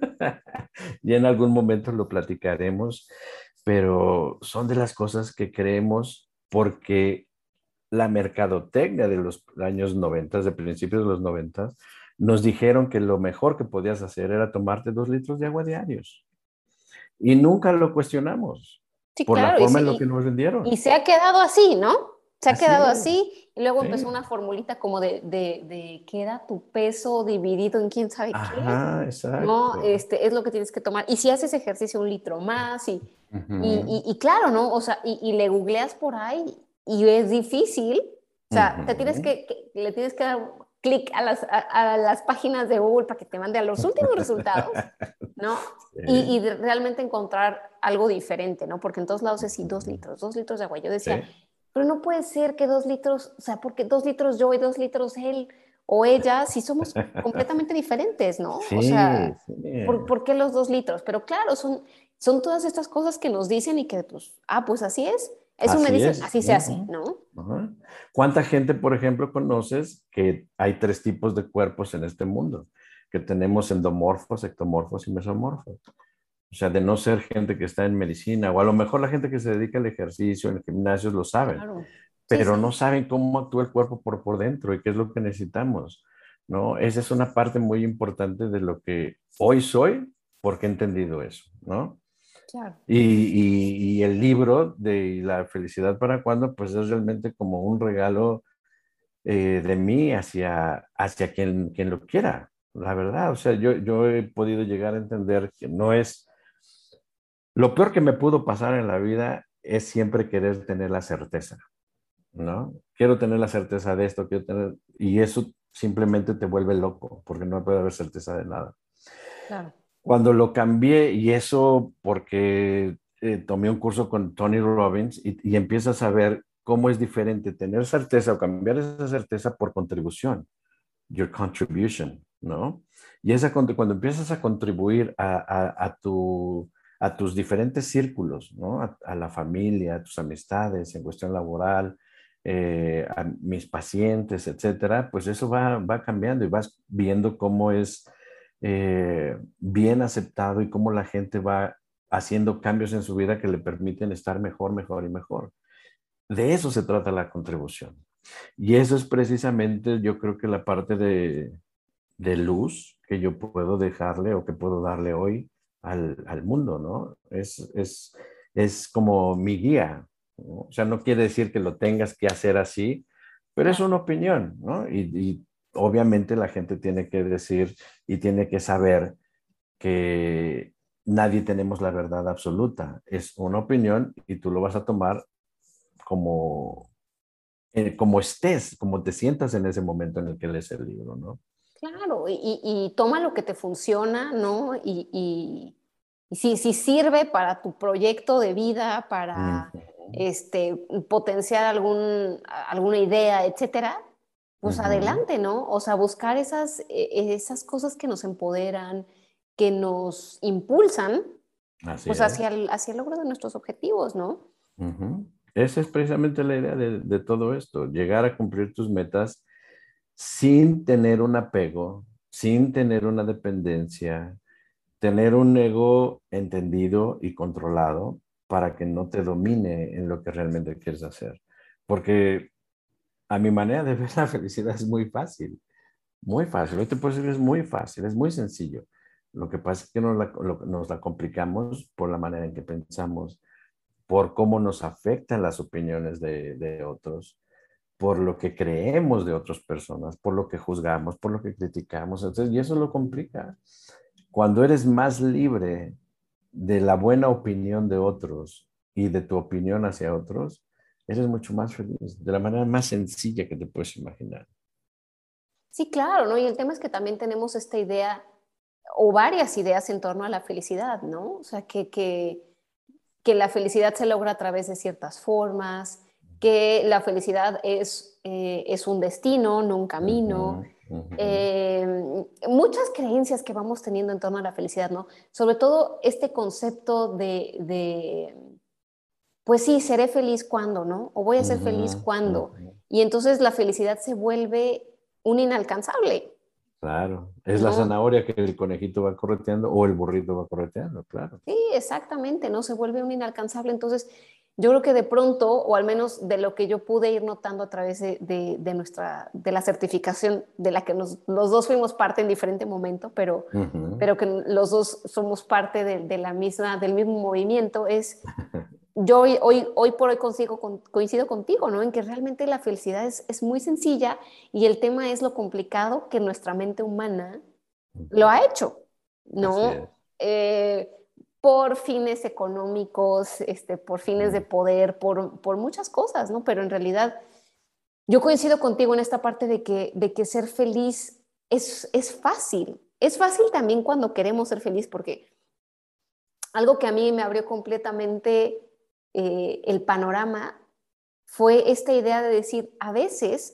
Y en algún momento lo platicaremos, pero son de las cosas que creemos porque la mercadotecnia de los años noventa, de principios de los noventa, nos dijeron que lo mejor que podías hacer era tomarte dos litros de agua diarios. Y nunca lo cuestionamos
Sí,
por la
claro. Y
forma
se,
en lo que
y,
nos
y
vendieron.
se ha quedado así, ¿no? Se ha
Así
quedado
es,
así. Y luego empezó
sí.
una formulita como de, de, de qué era tu peso dividido en quién sabe qué.
Ajá,
No,
exacto.
este, es lo que tienes que tomar. Y si haces ejercicio un litro más, y, y,
Ujú,
y, y claro, ¿no? O sea, y, y le googleas por ahí y es difícil. O sea, te tienes
ujú.
que, que- le tienes que dar clic a las, a, a las páginas de Google para que te mande a los últimos resultados, ¿no? Y, y
Sí,
de realmente encontrar algo diferente, ¿no? Porque en todos lados es sí, dos
ujú,
litros, dos litros de agua. Yo decía,
sí,
pero no puede ser que dos litros, o sea, porque dos litros yo y dos litros él o ella, si somos completamente diferentes, ¿no? O
sí,
sea,
sí.
¿por, por qué los dos litros? Pero claro, son, son todas estas cosas que nos dicen y que, pues, ah, pues así es. Eso me
Así
dicen,
es.
así se hace,
Ujú,
¿no?
ajá. ¿Cuánta gente, por ejemplo, conoces que hay tres tipos de cuerpos en este mundo? Que tenemos endomorfos, ectomorfos y mesomorfos. O sea, de no ser gente que está en medicina, o a lo mejor la gente que se dedica al ejercicio en gimnasios lo saben,
Claro. Sí,
pero no
sí.
saben cómo actúa el cuerpo por, por dentro y qué es lo que necesitamos, ¿no? Esa es una parte muy importante de lo que hoy soy porque he entendido eso, ¿no?
Claro.
Y, y, y el libro de La felicidad para cuando, pues es realmente como un regalo eh, de mí hacia, hacia quien, quien lo quiera, la verdad. O sea, yo, yo he podido llegar a entender que no es lo peor que me pudo pasar en la vida es siempre querer tener la certeza, ¿no? Quiero tener la certeza de esto, quiero tener, y eso simplemente te vuelve loco, porque no puede haber certeza de nada.
Claro.
Cuando lo cambié, y eso porque eh, tomé un curso con Tony Robbins, y, y empiezas a ver cómo es diferente tener certeza o cambiar esa certeza por contribución, your contribution, ¿no? Y esa, cuando empiezas a contribuir a, a, a tu, a tus diferentes círculos, ¿no? A, a, la familia, a tus amistades, en cuestión laboral, eh, a mis pacientes, etcétera, pues eso va, va cambiando y vas viendo cómo es eh, bien aceptado y cómo la gente va haciendo cambios en su vida que le permiten estar mejor, mejor y mejor. de eso se trata la contribución. Y eso es precisamente, yo creo que la parte de, de luz que yo puedo dejarle o que puedo darle hoy al, al mundo, ¿no? Es, es, es como mi guía, ¿no? O sea, no quiere decir que lo tengas que hacer así, pero es
Claro.
una opinión, ¿no? Y, y obviamente la gente tiene que decir y tiene que saber que nadie tenemos la verdad absoluta. Es una opinión y tú lo vas a tomar como, eh, como estés, como te sientas en ese momento en el que lees el libro, ¿no?
Claro, y, y- y toma lo que te funciona, ¿no? Y, y- y si, si sirve para tu proyecto de vida, para
Ujú,
este, potenciar algún, alguna idea, etcétera, pues
ujú.
adelante, ¿no? O sea, buscar esas, eh, esas cosas que nos empoderan, que nos impulsan,
Así
pues hacia
es.
el, hacia el logro de nuestros objetivos, ¿no?
Ujú. Esa es precisamente la idea de, de todo esto, llegar a cumplir tus metas sin tener un apego, sin tener una dependencia, tener un ego entendido y controlado para que no te domine en lo que realmente quieres hacer. Porque a mi manera de ver la felicidad es muy fácil, muy fácil. Hoy te puedo decir que es muy fácil, es muy sencillo. Lo que pasa es que nos la, lo- nos la complicamos por la manera en que pensamos, por cómo nos afectan las opiniones de, de otros, por lo que creemos de otras personas, por lo que juzgamos, por lo que criticamos. Entonces, y eso lo complica. Cuando eres más libre de la buena opinión de otros y de tu opinión hacia otros, eres mucho más feliz, de la manera más sencilla que te puedes imaginar.
Sí, claro, ¿no? Y el tema es que también tenemos esta idea o varias ideas en torno a la felicidad, ¿no? O sea, que, que que la felicidad se logra a través de ciertas formas, que la felicidad es, eh, es un destino, no un camino.
Ujú, ujú,
Eh, muchas creencias que vamos teniendo en torno a la felicidad, ¿no? Sobre todo este concepto de, de pues sí, seré feliz cuando, ¿no? O voy a ser feliz
ujú,
cuando.
ujú.
Y entonces la felicidad se vuelve un inalcanzable,
Claro, es la
¿no?
zanahoria que el conejito va correteando o el burrito va correteando, claro.
Sí, exactamente, ¿no? Se vuelve un inalcanzable. Entonces, yo creo que de pronto, o al menos de lo que yo pude ir notando a través de, de, de nuestra, de la certificación de la que nos, los dos fuimos parte en diferente momento, pero,
Ujú.
pero que los dos somos parte de, de la misma, del mismo movimiento, es, yo hoy, hoy, hoy por hoy consigo, con, coincido contigo, ¿no? En que realmente la felicidad es, es muy sencilla y el tema es lo complicado que nuestra mente humana lo
Ujú.
ha hecho,
Así es.
¿no? Eh, por fines económicos, este, por fines de
Ujú.
poder, por, por muchas cosas, ¿no? Pero en realidad yo coincido contigo en esta parte de que, de que ser feliz es, es fácil. Es fácil también cuando queremos ser feliz, porque algo que a mí me abrió completamente eh, el panorama fue esta idea de decir, a veces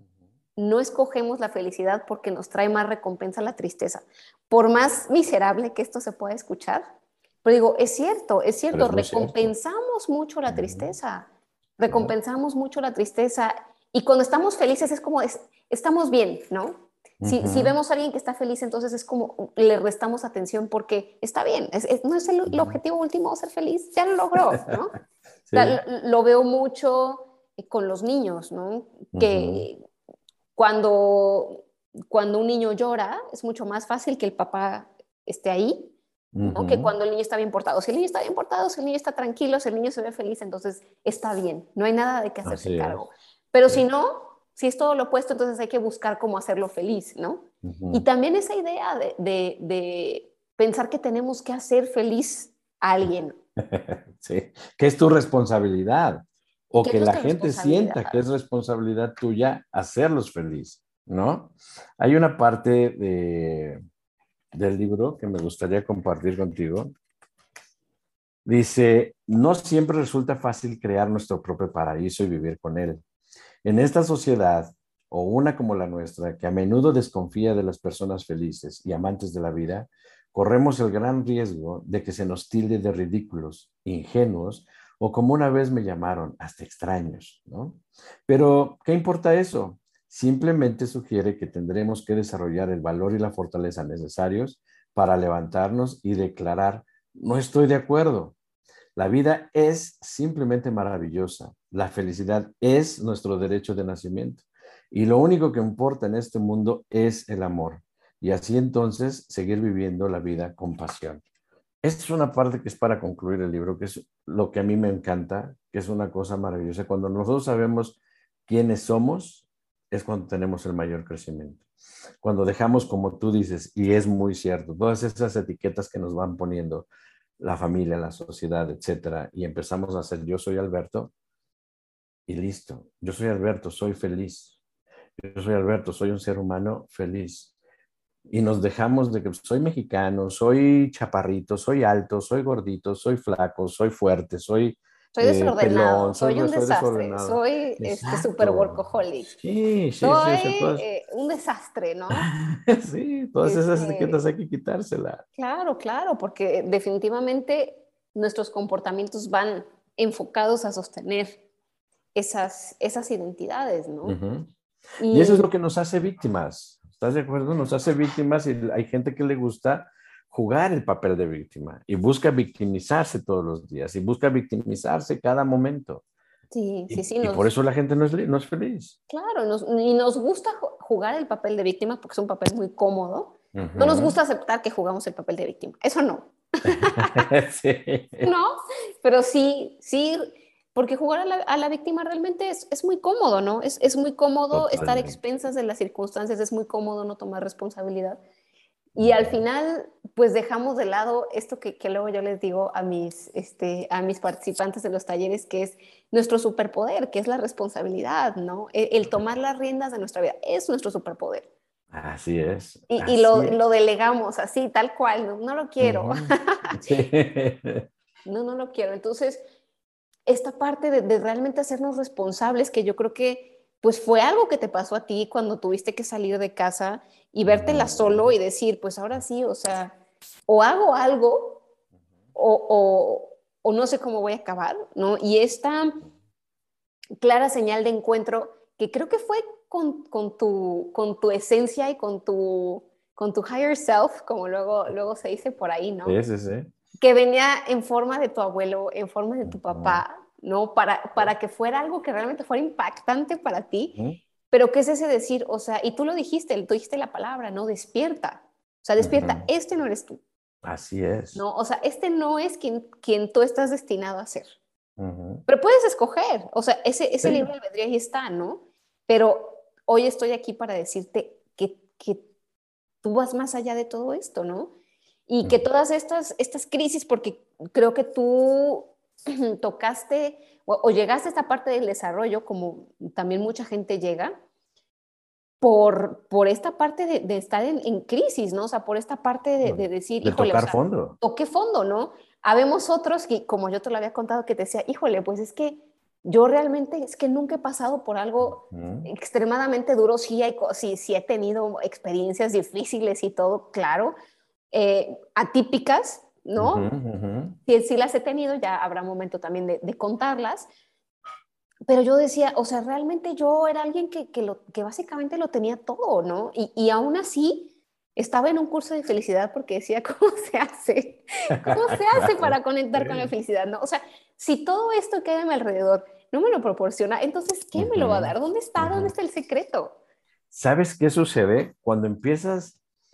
no escogemos la felicidad porque nos trae más recompensa la tristeza. Por más miserable que esto se pueda escuchar, pero digo, es cierto, es
Pero
cierto,
es muy cierto.
recompensamos mucho la
Ujú.
tristeza,
Claro.
recompensamos mucho la tristeza y cuando estamos felices es como, es, estamos bien, ¿no? Si, si
Ujú,
vemos a alguien que está feliz, entonces es como le restamos atención porque está bien, es, es, no es el, el,
ujú.
objetivo último ser feliz, ya lo logró, ¿no? O sea,
Sí.
lo, lo, veo mucho con los niños, ¿no?
Ujú,
Que cuando, cuando un niño llora, es mucho más fácil que el papá esté ahí, ¿no? Que
ujú.
cuando el niño está bien portado. Si el niño está bien portado, si el niño está tranquilo, si el niño se ve feliz, entonces está bien, no hay nada de qué hacerse
Así
cargo.
es.
Pero
Sí.
si no, si es todo lo opuesto, entonces hay que buscar cómo hacerlo feliz, ¿no? Y
Ujú.
también esa idea de, de, de pensar que tenemos que hacer feliz a alguien,
Sí, que es tu responsabilidad o
que es
que la
nuestra
gente
responsabilidad.
sienta que es responsabilidad tuya hacerlos feliz, ¿no? Hay una parte de, del libro que me gustaría compartir contigo. Dice, no siempre resulta fácil crear nuestro propio paraíso y vivir con él. En esta sociedad, o una como la nuestra, que a menudo desconfía de las personas felices y amantes de la vida, corremos el gran riesgo de que se nos tilde de ridículos, ingenuos, o como una vez me llamaron, hasta extraños, ¿no? Pero, ¿qué importa eso? Simplemente sugiere que tendremos que desarrollar el valor y la fortaleza necesarios para levantarnos y declarar, no estoy de acuerdo. La vida es simplemente maravillosa. La felicidad es nuestro derecho de nacimiento. Y lo único que importa en este mundo es el amor. Y así entonces seguir viviendo la vida con pasión. Esta es una parte que es para concluir el libro, que es lo que a mí me encanta, que es una cosa maravillosa. Cuando nosotros sabemos quiénes somos, es cuando tenemos el mayor crecimiento. Cuando dejamos, como tú dices, y es muy cierto, todas esas etiquetas que nos van poniendo la familia, la sociedad, etcétera, y empezamos a hacer yo soy Alberto y listo. Yo soy Alberto, soy feliz. Yo soy Alberto, soy un ser humano feliz. Y nos dejamos de que soy mexicano, soy chaparrito, soy alto, soy gordito, soy flaco, soy fuerte, soy
Soy
eh,
desordenado,
pelón,
soy
soy,
un
soy
desastre,
desordenado.
soy este super
Exacto.
workaholic,
Sí, sí, sí,
soy
sí, todas,
eh, un desastre, ¿no?
sí, todas esas etiquetas
Este,
hay que quitárselas.
claro, claro, porque definitivamente nuestros comportamientos van enfocados a sostener esas, esas identidades, ¿no?
Ujú. Y eso es
Y
lo que nos hace víctimas. ¿Estás de acuerdo? Nos hace víctimas y hay gente que le gusta jugar el papel de víctima y busca victimizarse todos los días y busca victimizarse cada momento.
sí, sí,
Y,
sí,
y por
nos,
eso la gente no es, li- no es feliz.
claro, nos, y nos gusta ju- jugar el papel de víctima porque es un papel muy cómodo. No nos
Ujú.
gusta aceptar que jugamos el papel de víctima, eso no.
Sí,
No, pero sí, sí, porque jugar a la, a la víctima realmente es, es, muy cómodo, ¿no? Es, es muy cómodo estar a
totalmente.
expensas de las circunstancias, es muy cómodo no tomar responsabilidad. Y al
Ujú.
final, pues dejamos de lado esto que, que luego yo les digo a mis, este, a mis participantes de los talleres, que es nuestro superpoder, que es la responsabilidad, ¿no? El, el tomar las riendas de nuestra vida es nuestro superpoder.
Así es,
Y, y
así
lo,
es.
lo, delegamos así, tal cual, no, no lo quiero,
Ujú. Sí.
no, no lo quiero. Entonces, esta parte de, de, realmente hacernos responsables, que yo creo que pues fue algo que te pasó a ti cuando tuviste que salir de casa y vértela
Ujú.
solo y decir, pues ahora sí, o sea, o hago algo o, o, o no sé cómo voy a acabar, ¿no? Y esta clara señal de encuentro que creo que fue con, con, tu, con tu esencia y con tu, con tu higher self, como luego, luego se dice por ahí, ¿no?
Sí, sí, sí.
Que venía en forma de tu abuelo, en forma de tu
Ujú.
papá, ¿no? Para, para que fuera algo que realmente fuera impactante para ti,
Ujú.
pero ¿qué es ese decir? O sea, y tú lo dijiste, tú dijiste la palabra, ¿no? Despierta. O sea, despierta,
Ujú.
este no eres tú,
Así es.
¿no? O sea, este no es quien, quien tú estás destinado a ser.
Ujú.
Pero puedes escoger, o sea, ese, ese
Sí.
libre albedrío ahí está, ¿no? Pero hoy estoy aquí para decirte que, que tú vas más allá de todo esto, ¿no? Y que
Ujú.
todas estas, estas crisis, porque creo que tú tocaste o, o llegaste a esta parte del desarrollo, como también mucha gente llega, por, por esta parte de, de estar en, en, crisis, ¿no? O sea, por esta parte de, de decir,
De
híjole, o
tocar
sea,
fondo.
toqué fondo, ¿no? Habemos otros que, como yo te lo había contado, que te decía, híjole, pues es que yo realmente es que nunca he pasado por algo
Ujú.
extremadamente duro, sí, hay, sí, sí he tenido experiencias difíciles y todo, claro, eh, atípicas,
Ujú,
¿no?
ujú.
Si, si las he tenido, ya habrá momento también de, de contarlas, pero yo decía, o sea, realmente yo era alguien que, que, lo, que básicamente lo tenía todo, ¿no? Y, y aún así estaba en un curso de felicidad porque decía, ¿cómo se hace? ¿Cómo se hace
Claro.
para conectar con la
Sí.
felicidad? ¿No? O sea, si todo esto que hay a mi alrededor no me lo proporciona, entonces, ¿quién me lo va a
Ujú,
dar? ¿Dónde está? ¿Dónde
ujú.
está el secreto?
¿Sabes qué sucede? Cuando empiezas,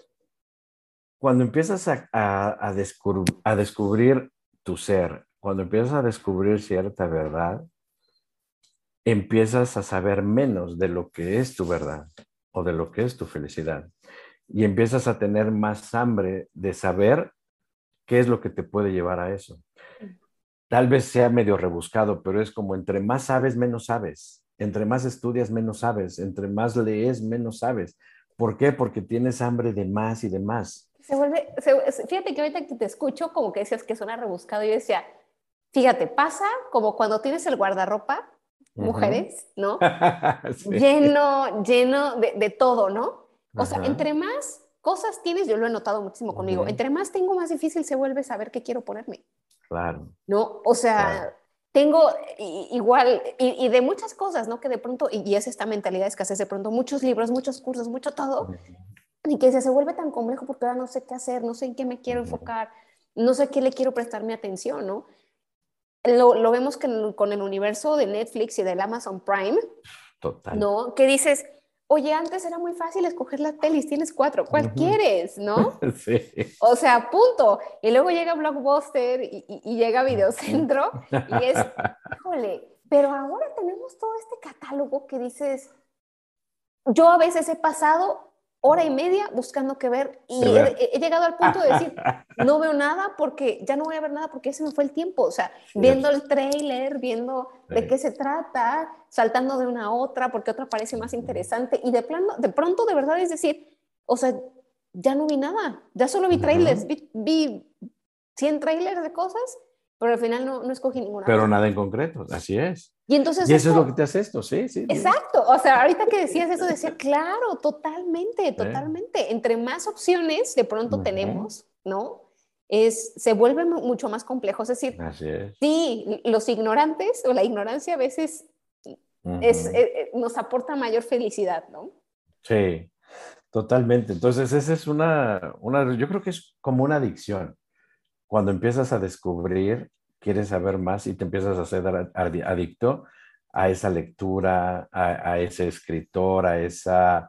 cuando empiezas a, a, a descubrir, a descubrir tu ser, cuando empiezas a descubrir cierta verdad, empiezas a saber menos de lo que es tu verdad o de lo que es tu felicidad. Y empiezas a tener más hambre de saber qué es lo que te puede llevar a eso. Tal vez sea medio rebuscado, pero es como entre más sabes, menos sabes. Entre más estudias, menos sabes. Entre más lees, menos sabes. ¿Por qué? Porque tienes hambre de más y de más.
Se vuelve, se, fíjate que ahorita que te escucho, como que decías que suena rebuscado, yo decía, fíjate, pasa como cuando tienes el guardarropa,
Ujú.
mujeres, ¿no?
Sí.
Lleno, lleno de, de todo, ¿no? O sea,
Ajá.
entre más cosas tienes, yo lo he notado muchísimo conmigo,
Ujú.
entre más tengo, más difícil se vuelve saber qué quiero ponerme,
Claro,
¿no? O
claro.
sea, tengo i- igual, y, y de muchas cosas, ¿no? Que de pronto, y, y es esta mentalidad de escasez, de pronto muchos libros, muchos cursos, mucho todo,
Ujú.
y que se, se vuelve tan complejo porque ahora no sé qué hacer, no sé en qué me quiero
Ujú.
enfocar, no sé qué le quiero prestar mi atención, ¿no? lo, lo vemos que en, con el universo de Netflix y del Amazon Prime,
Total.
¿no? Que dices, oye, antes era muy fácil escoger las pelis, tienes cuatro, ¿cuál
Ujú.
quieres, no?
Sí.
O sea, punto. Y luego llega Blockbuster y, y, y llega
Ujú.
Videocentro y es, híjole, pero ahora tenemos todo este catálogo que dices, yo a veces he pasado hora y media buscando qué ver
De
y
ver.
he, he llegado al punto de decir, no veo nada porque ya no voy a ver nada porque ya se me fue el tiempo. O sea, viendo
Cierto.
el trailer, viendo de qué
Sí.
se trata, saltando de una a otra porque otra parece más
Ujú.
interesante y de, plano, de pronto de verdad es decir, o sea, ya no vi nada, ya solo vi trailers,
Ujú.
vi, vi cien trailers de cosas, pero al final no, no escogí ninguna
Pero
cosa.
nada en concreto, así es.
Y entonces
Y eso es lo que
esto
te hace esto, sí, sí, dime.
exacto, o sea, ahorita que decías eso, decía, claro, totalmente,
Sí.
totalmente. Entre más opciones de pronto
Ujú.
tenemos, ¿no? Es, se vuelve mucho más complejo. Es decir,
Así es.
sí, los ignorantes o la ignorancia a veces es,
Ujú.
es- nos aporta mayor felicidad, ¿no?
Sí, totalmente. Entonces, esa es una, una, yo creo que es como una adicción. Cuando empiezas a descubrir, quieres saber más y te empiezas a hacer ad- ad- adicto a esa lectura, a, a ese escritor, a esa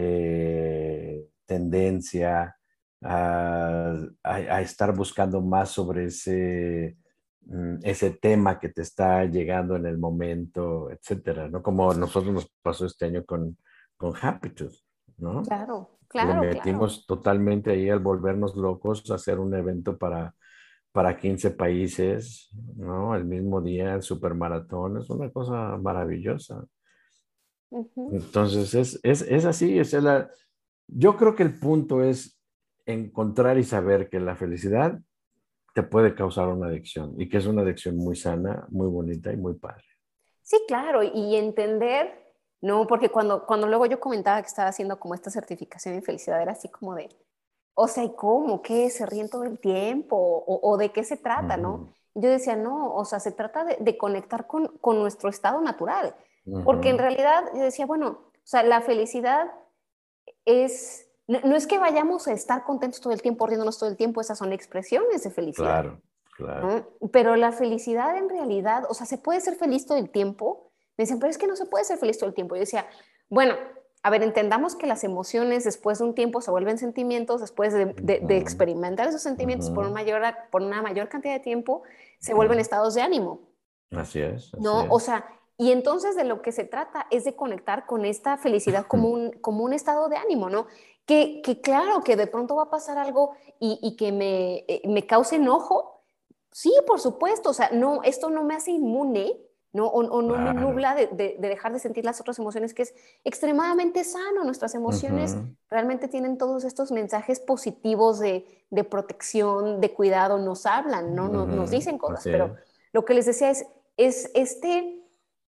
eh, tendencia, a, a- a estar buscando más sobre ese, mm, ese tema que te está llegando en el momento, etcétera, ¿no? Como a nosotros nos pasó este año con, con Habitus, ¿no?
Claro,
Le
claro, claro.
metimos totalmente ahí al volvernos locos a hacer un evento para, para quince países, ¿no? El mismo día, el supermaratón, es una cosa maravillosa.
Ujú.
Entonces, es, es, es así, es la, yo creo que el punto es encontrar y saber que la felicidad te puede causar una adicción y que es una adicción muy sana, muy bonita y muy padre.
Sí, claro, y entender, ¿no? Porque cuando, cuando luego yo comentaba que estaba haciendo como esta certificación en felicidad, era así como de, o sea, ¿y cómo? ¿Qué? ¿Se ríen todo el tiempo? ¿O, o de qué se trata, no?
Ujú,
Y yo decía, no, o sea, se trata de, de conectar con, con nuestro estado natural. Porque en
ujú,
realidad yo decía, bueno, o sea, la felicidad es, no, no es que vayamos a estar contentos todo el tiempo, riéndonos todo el tiempo, esas son expresiones de felicidad,
claro, claro.
¿no? Pero la felicidad en realidad, o sea, ¿se puede ser feliz todo el tiempo? Me decían, pero es que no se puede ser feliz todo el tiempo. Yo decía, bueno, a ver, entendamos que las emociones después de un tiempo se vuelven sentimientos, después de, de, de
Ujú,
experimentar esos sentimientos por, un
ujú,
mayor, por una mayor cantidad de tiempo, se vuelven
ujú.
estados de ánimo,
Así es, así
¿no? O
es.
sea, y entonces de lo que se trata es de conectar con esta felicidad como un, como un estado de ánimo, ¿no? Que, que claro, que de pronto va a pasar algo y, y que me, eh, me cause enojo. Sí, por supuesto, o sea, no, esto no me hace inmune, ¿no? O, o no me
Claro.
nubla de, de, de, dejar de sentir las otras emociones, que es extremadamente sano. Nuestras emociones
Ujú,
realmente tienen todos estos mensajes positivos de, de protección, de cuidado, nos hablan, ¿no? Nos, nos
ujú.
dicen cosas,
Así
pero
es.
lo que les decía es, es este,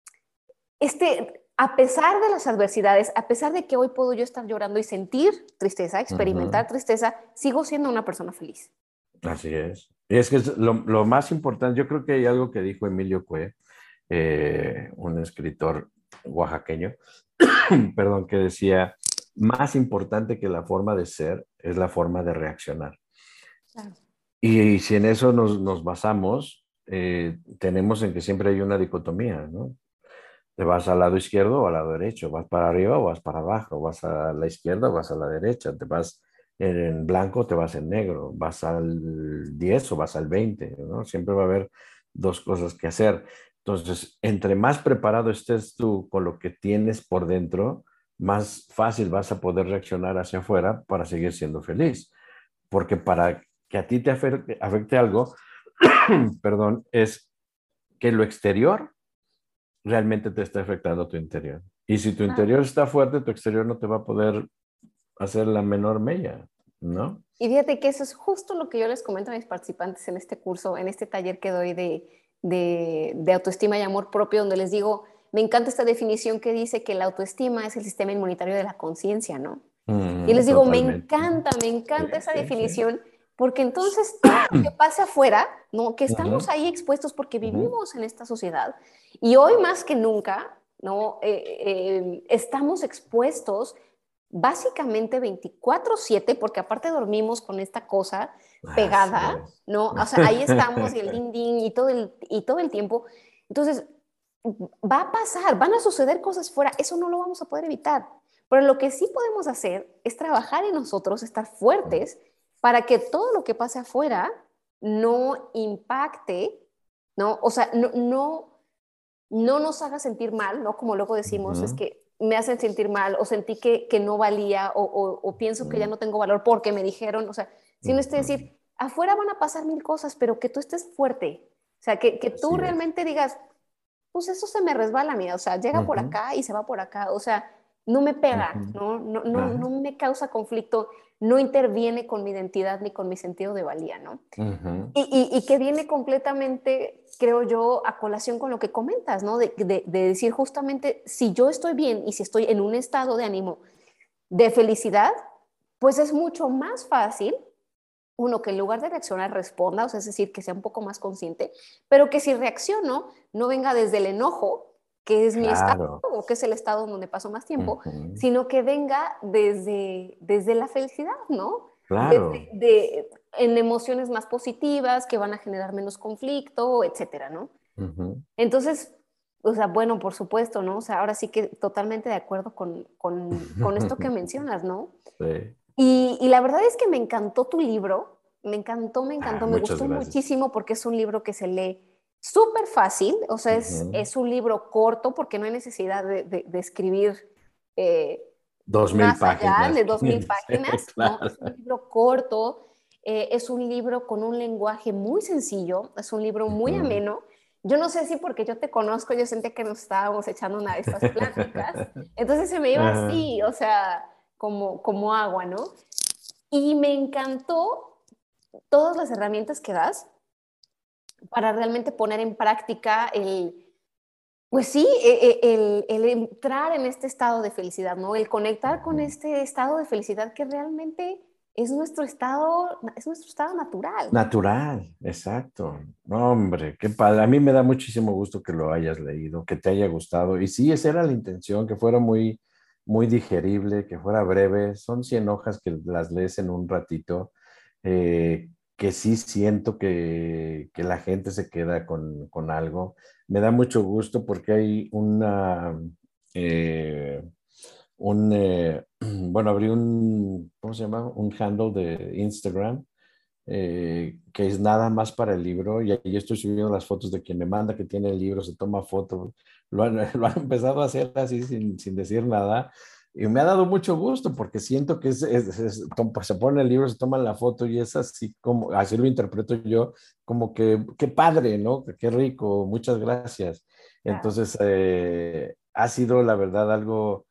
este, a pesar de las adversidades, a pesar de que hoy puedo yo estar llorando y sentir tristeza,
Ujú,
experimentar tristeza, sigo siendo una persona feliz.
así es. Y es que es lo, lo más importante, yo creo que hay algo que dijo Emilio Cue, eh, un escritor oaxaqueño, perdón, que decía, más importante que la forma de ser es la forma de reaccionar.
Claro.
Y, si en eso nos, nos basamos, eh, tenemos en que siempre hay una dicotomía, ¿no? Te vas al lado izquierdo o al lado derecho, vas para arriba o vas para abajo, vas a la izquierda o vas a la derecha, te vas en blanco o te vas en negro, vas al diez o vas al veinte, ¿no? Siempre va a haber dos cosas que hacer. Entonces, entre más preparado estés tú con lo que tienes por dentro, más fácil vas a poder reaccionar hacia afuera para seguir siendo feliz. Porque para que a ti te afecte, afecte algo, perdón, es que lo exterior realmente te está afectando tu interior. Y si tu
Claro.
interior está fuerte, tu exterior no te va a poder hacer la menor mella, ¿no?
Y fíjate que eso es justo lo que yo les comento a mis participantes en este curso, en este taller que doy de, de, de autoestima y amor propio, donde les digo, me encanta esta definición que dice que la autoestima es el sistema inmunitario de la conciencia, ¿no? Y
Mm,
les digo, me
totalmente.
encanta, me
Sí,
encanta esa
sí, sí.
definición, porque entonces todo lo que pase afuera, ¿no? Que estamos
Ujú,
ahí expuestos porque
ujú.
vivimos en esta sociedad y hoy más que nunca, ¿no? Eh, eh, estamos expuestos básicamente veinticuatro siete, porque aparte dormimos con esta cosa,
Así
pegada,
es.
¿no? O sea, ahí estamos y el ding ding y todo el, y todo el tiempo. Entonces, va a pasar, van a suceder cosas fuera, eso no lo vamos a poder evitar. Pero lo que sí podemos hacer es trabajar en nosotros, estar fuertes para que todo lo que pase afuera no impacte, ¿no? O sea, no, no, no nos haga sentir mal, ¿no? Como luego decimos, es
Ujú,
que me hacen sentir mal o sentí que, que no valía o, o, o pienso que ya
ujú,
no tengo valor porque me dijeron, o sea, sino es
ujú.
decir, afuera van a pasar mil cosas, pero que tú estés fuerte, o sea, que, que tú
Así es.
realmente digas, pues eso se me resbala, mira, o sea, llega por
Ujú,
acá y se va por acá, o sea, no me pega,
ujú.
¿no? No, no,
Ajá.
no me causa conflicto, no interviene con mi identidad ni con mi sentido de valía, ¿no?
Ujú,
Y, y, y que viene completamente, creo yo, a colación con lo que comentas, ¿no? De, de, de decir justamente, si yo estoy bien y si estoy en un estado de ánimo de felicidad, pues es mucho más fácil uno que en lugar de reaccionar responda, o sea, es decir, que sea un poco más consciente, pero que si reacciono no venga desde el enojo, que es mi estado,
claro.
o que es el estado donde paso más tiempo,
Ujú,
sino que venga desde, desde la felicidad, ¿no? Desde,
claro.
de, en emociones más positivas que van a generar menos conflicto, etcétera, ¿no?
Ujú.
Entonces, o sea, bueno, por supuesto, ¿no? O sea, ahora sí que totalmente de acuerdo con, con, con esto que mencionas, ¿no?
Sí.
Y, y la verdad es que me encantó tu libro, me encantó, me
Ah,
encantó, me
muchas
gustó
gracias.
muchísimo porque es un libro que se lee súper fácil, o sea, es,
Ujú.
es un libro corto porque no hay necesidad de, de, de escribir eh,
Dos mil
más allá
páginas,
de dos mil
quinientas,
páginas, ¿no?
claro.
Es un libro corto, eh, es un libro con un lenguaje muy sencillo, es un libro muy
Ujú.
ameno. Yo no sé si porque yo te conozco, yo sentía que nos estábamos echando una de estas pláticas, entonces se me iba
Ajá.
así, o sea, como, como agua, ¿no? Y me encantó todas las herramientas que das para realmente poner en práctica el, pues sí, e- e- el, el entrar en este estado de felicidad, ¿no? El conectar con
Ujú.
este estado de felicidad que realmente es nuestro estado, es nuestro estado natural.
Natural, exacto. No, hombre, qué padre. A mí me da muchísimo gusto que lo hayas leído, que te haya gustado. Y sí, esa era la intención, que fuera muy, muy digerible, que fuera breve. Son cien hojas que las lees en un ratito, eh, que sí siento que, que la gente se queda con, con algo. Me da mucho gusto porque hay una, eh, un, eh, bueno, abrí un, ¿cómo se llama? Un handle de Instagram, eh, que es nada más para el libro, y ahí estoy subiendo las fotos de quien me manda que tiene el libro, se toma fotos, lo han, lo han empezado a hacer así sin, sin decir nada, y me ha dado mucho gusto porque siento que es, es- es- tom- se pone el libro, se toman la foto y es así como, así lo interpreto yo, como que, qué padre, ¿no? Qué rico, muchas gracias.
Claro.
Entonces, eh, ha sido la verdad algo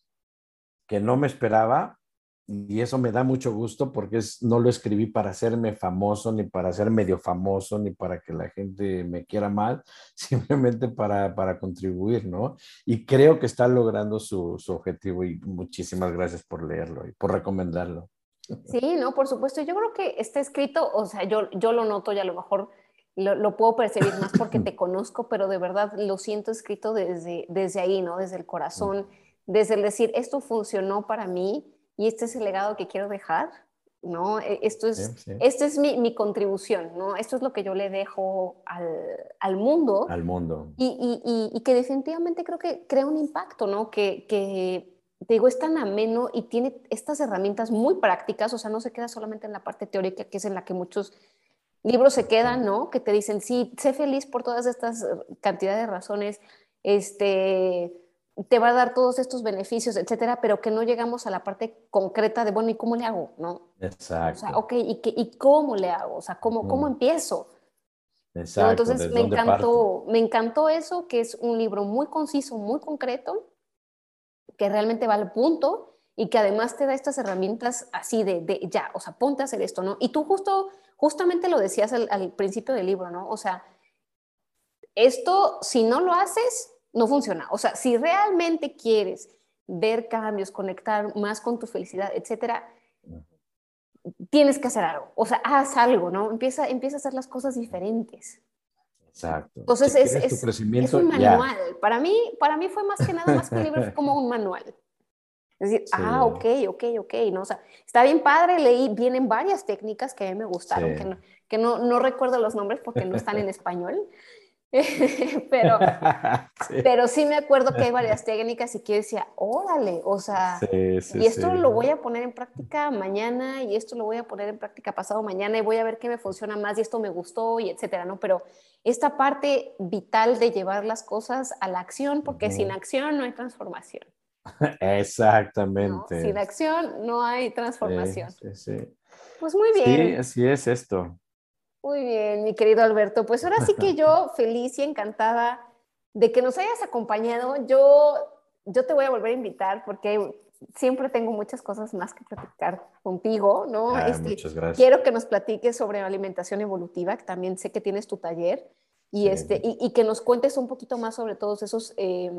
que no me esperaba, y eso me da mucho gusto porque es, no lo escribí para hacerme famoso, ni para ser medio famoso, ni para que la gente me quiera mal, simplemente para, para contribuir, ¿no? Y creo que está logrando su, su objetivo, y muchísimas gracias por leerlo y por recomendarlo.
Sí, no, por supuesto. Yo creo que está escrito, o sea, yo, yo lo noto y a lo mejor lo, lo puedo percibir más porque te conozco, pero de verdad lo siento escrito desde, desde ahí, ¿no? Desde el corazón, desde el decir, esto funcionó para mí y este es el legado que quiero dejar, ¿no? E- Esto
Sí,
es,
sí,
esto es mi, mi contribución, ¿no? Esto es lo que yo le dejo al, al mundo
al mundo.
y, y, y, y que definitivamente creo que crea un impacto, ¿no? Que, que te digo, es tan ameno y tiene estas herramientas muy prácticas, o sea, no se queda solamente en la parte teórica, que es en la que muchos libros se quedan, ¿no? Que te dicen, sí, sé feliz por todas estas cantidades de razones, este, te va a dar todos estos beneficios, etcétera, pero que no llegamos a la parte concreta de, bueno, ¿y cómo le hago? ¿No? O sea,
Exacto.
ok, ¿y, qué, y cómo le hago? O sea, ¿cómo, cómo
Ujú.
empiezo? ¿No?
Exacto,
Entonces,
¿desde
me
dónde parto?
encantó, me encantó eso, que es un libro muy conciso, muy concreto, que realmente va al punto y que además te da estas herramientas así de, de ya, o sea, ponte a hacer esto, ¿no? Y tú justo, justamente lo decías al, al principio del libro, ¿no? O sea, esto, si no lo haces, no funciona. O sea, si realmente quieres ver cambios, conectar más con tu felicidad, etcétera, tienes que hacer algo. O sea, haz algo, ¿no? Empieza, empieza a hacer las cosas diferentes.
Exacto.
Entonces,
Si
es,
quieres tu
es, es un
crecimiento, ya.
manual. Para mí, para mí fue más que nada, más que un libro, fue como un manual. Es decir,
Sí.
ah, ok, ok, ok, ¿no? O sea, está bien padre, leí, vienen varias técnicas que a mí me gustaron,
Sí.
que, no, que no, no recuerdo los nombres porque no están en español, pero,
Sí.
pero sí me acuerdo que hay varias técnicas y que decía, órale, o sea,
Sí, sí,
y esto
sí.
lo voy a poner en práctica mañana y esto lo voy a poner en práctica pasado mañana y voy a ver qué me funciona más y esto me gustó y etcétera, ¿no? Pero esta parte vital de llevar las cosas a la acción, porque
Ujú.
sin acción no hay transformación. ¿No? Sin
Exactamente.
acción no hay
Sí,
transformación.
sí, sí.
Pues muy
Sí,
bien,
así es esto.
muy bien, mi querido Alberto. Pues ahora sí que yo feliz y encantada de que nos hayas acompañado. Yo, yo te voy a volver a invitar porque siempre tengo muchas cosas más que platicar contigo, ¿no?
Ah,
Este,
muchas gracias.
quiero que nos platiques sobre alimentación evolutiva, que también sé que tienes tu taller, y,
Sí.
este, y, y que nos cuentes un poquito más sobre todos esos... Eh,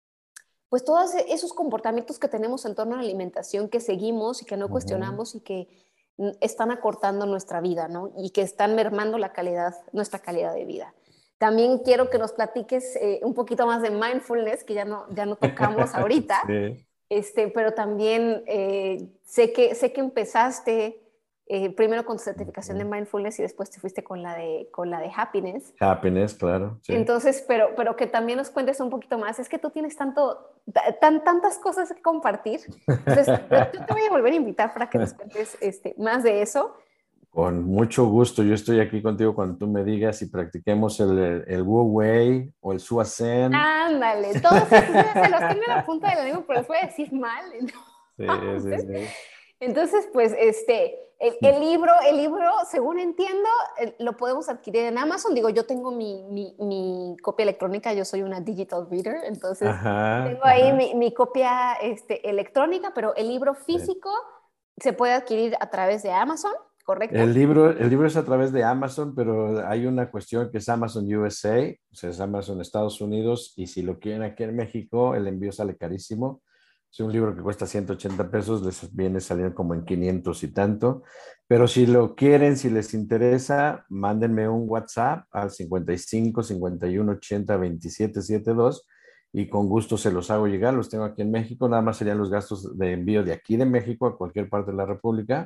pues todos esos comportamientos que tenemos en torno a la alimentación que seguimos y que no
Ujú.
cuestionamos y que están acortando nuestra vida, ¿no? Y que están mermando la calidad, nuestra calidad de vida. También quiero que nos platiques eh, un poquito más de mindfulness, que ya no, ya no tocamos ahorita,
Sí.
este, pero también eh, sé, que, sé que empezaste eh, primero con tu certificación de
Ujú.
mindfulness y después te fuiste con la de, con la de happiness.
Happiness, claro, sí.
Entonces, pero, pero que también nos cuentes un poquito más. Es que tú tienes tanto, tan, tantas cosas que compartir. Entonces, yo, yo te voy a volver a invitar para que nos cuentes este, más de eso.
Con mucho gusto, yo estoy aquí contigo cuando tú me digas y practiquemos el, el Wu Wei o el Suazen.
Ándale, todos estos ya se los tengo en la punta de la lengua, pero los voy a decir mal.
Sí, sí,
Entonces,
sí.
entonces pues, este, el, el libro, el libro, según entiendo, el, lo podemos adquirir en Amazon. Digo, yo tengo mi, mi, mi copia electrónica, yo soy una digital reader, entonces
Ajá,
tengo ahí
ajá.
mi, mi copia este, electrónica, pero el libro
Sí.
físico se puede adquirir a través de Amazon,
El
¿correcto?
libro, el libro es a través de Amazon, pero hay una cuestión que es Amazon U S A, o sea, es Amazon Estados Unidos, y si lo quieren aquí en México, el envío sale carísimo. Es un libro que cuesta ciento ochenta pesos, les viene saliendo como en quinientos y tanto. Pero si lo quieren, si les interesa, mándenme un WhatsApp al cincuenta y cinco, cincuenta y uno, ochenta, veintisiete setenta y dos y con gusto se los hago llegar. Los tengo aquí en México, nada más serían los gastos de envío de aquí de México a cualquier parte de la República.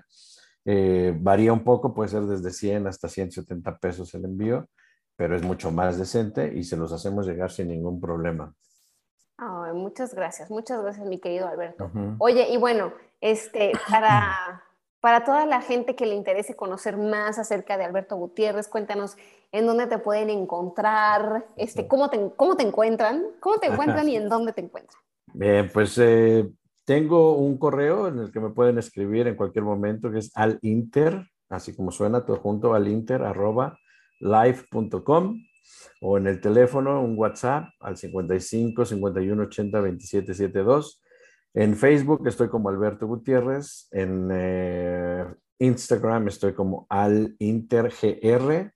Eh, varía un poco, puede ser desde cien hasta ciento setenta pesos el envío, pero es mucho más decente y se los hacemos llegar sin ningún problema.
Ay, muchas gracias, muchas gracias, mi querido Alberto.
Ujú.
Oye, y bueno, este, para, para toda la gente que le interese conocer más acerca de Alberto Gutiérrez, cuéntanos en dónde te pueden encontrar, este, cómo te, cómo te encuentran, cómo te encuentran y en dónde te encuentran.
Bien, pues eh, tengo un correo en el que me pueden escribir en cualquier momento, que es alinter, así como suena todo junto, alinter arroba live punto com, o en el teléfono un WhatsApp al cincuenta y cinco, cincuenta y uno, ochenta, veintisiete setenta y dos. En Facebook estoy como Alberto Gutiérrez, en eh, Instagram estoy como alintergr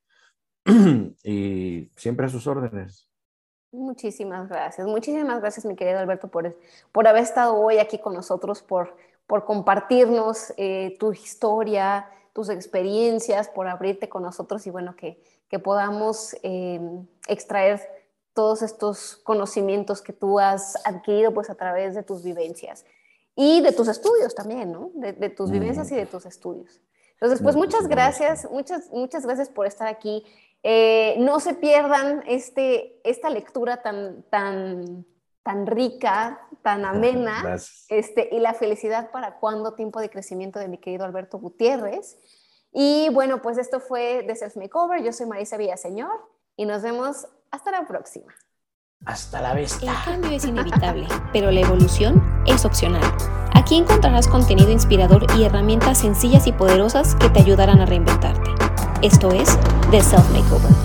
y siempre a sus órdenes.
Muchísimas gracias, muchísimas gracias, mi querido Alberto, por, por haber estado hoy aquí con nosotros, por, por compartirnos eh, tu historia, tus experiencias, por abrirte con nosotros y bueno, que, que podamos eh, extraer todos estos conocimientos que tú has adquirido pues a través de tus vivencias y de tus estudios también, ¿no? De, de tus vivencias
Mm,
y de tus estudios. Entonces, pues muchas
muchísimo gusto.
gracias, muchas, muchas gracias por estar aquí. Eh, no se pierdan este, esta lectura tan, tan, tan rica, tan amena,
Gracias.
este, y la felicidad para cuando tiempo de crecimiento de mi querido Alberto Gutiérrez. Y bueno, pues esto fue The Self Makeover. Yo soy Marisa Villaseñor y nos vemos hasta la próxima.
Hasta la vista.
El cambio es inevitable, pero la evolución es opcional. Aquí encontrarás contenido inspirador y herramientas sencillas y poderosas que te ayudarán a reinventarte. Esto es The Self Makeover.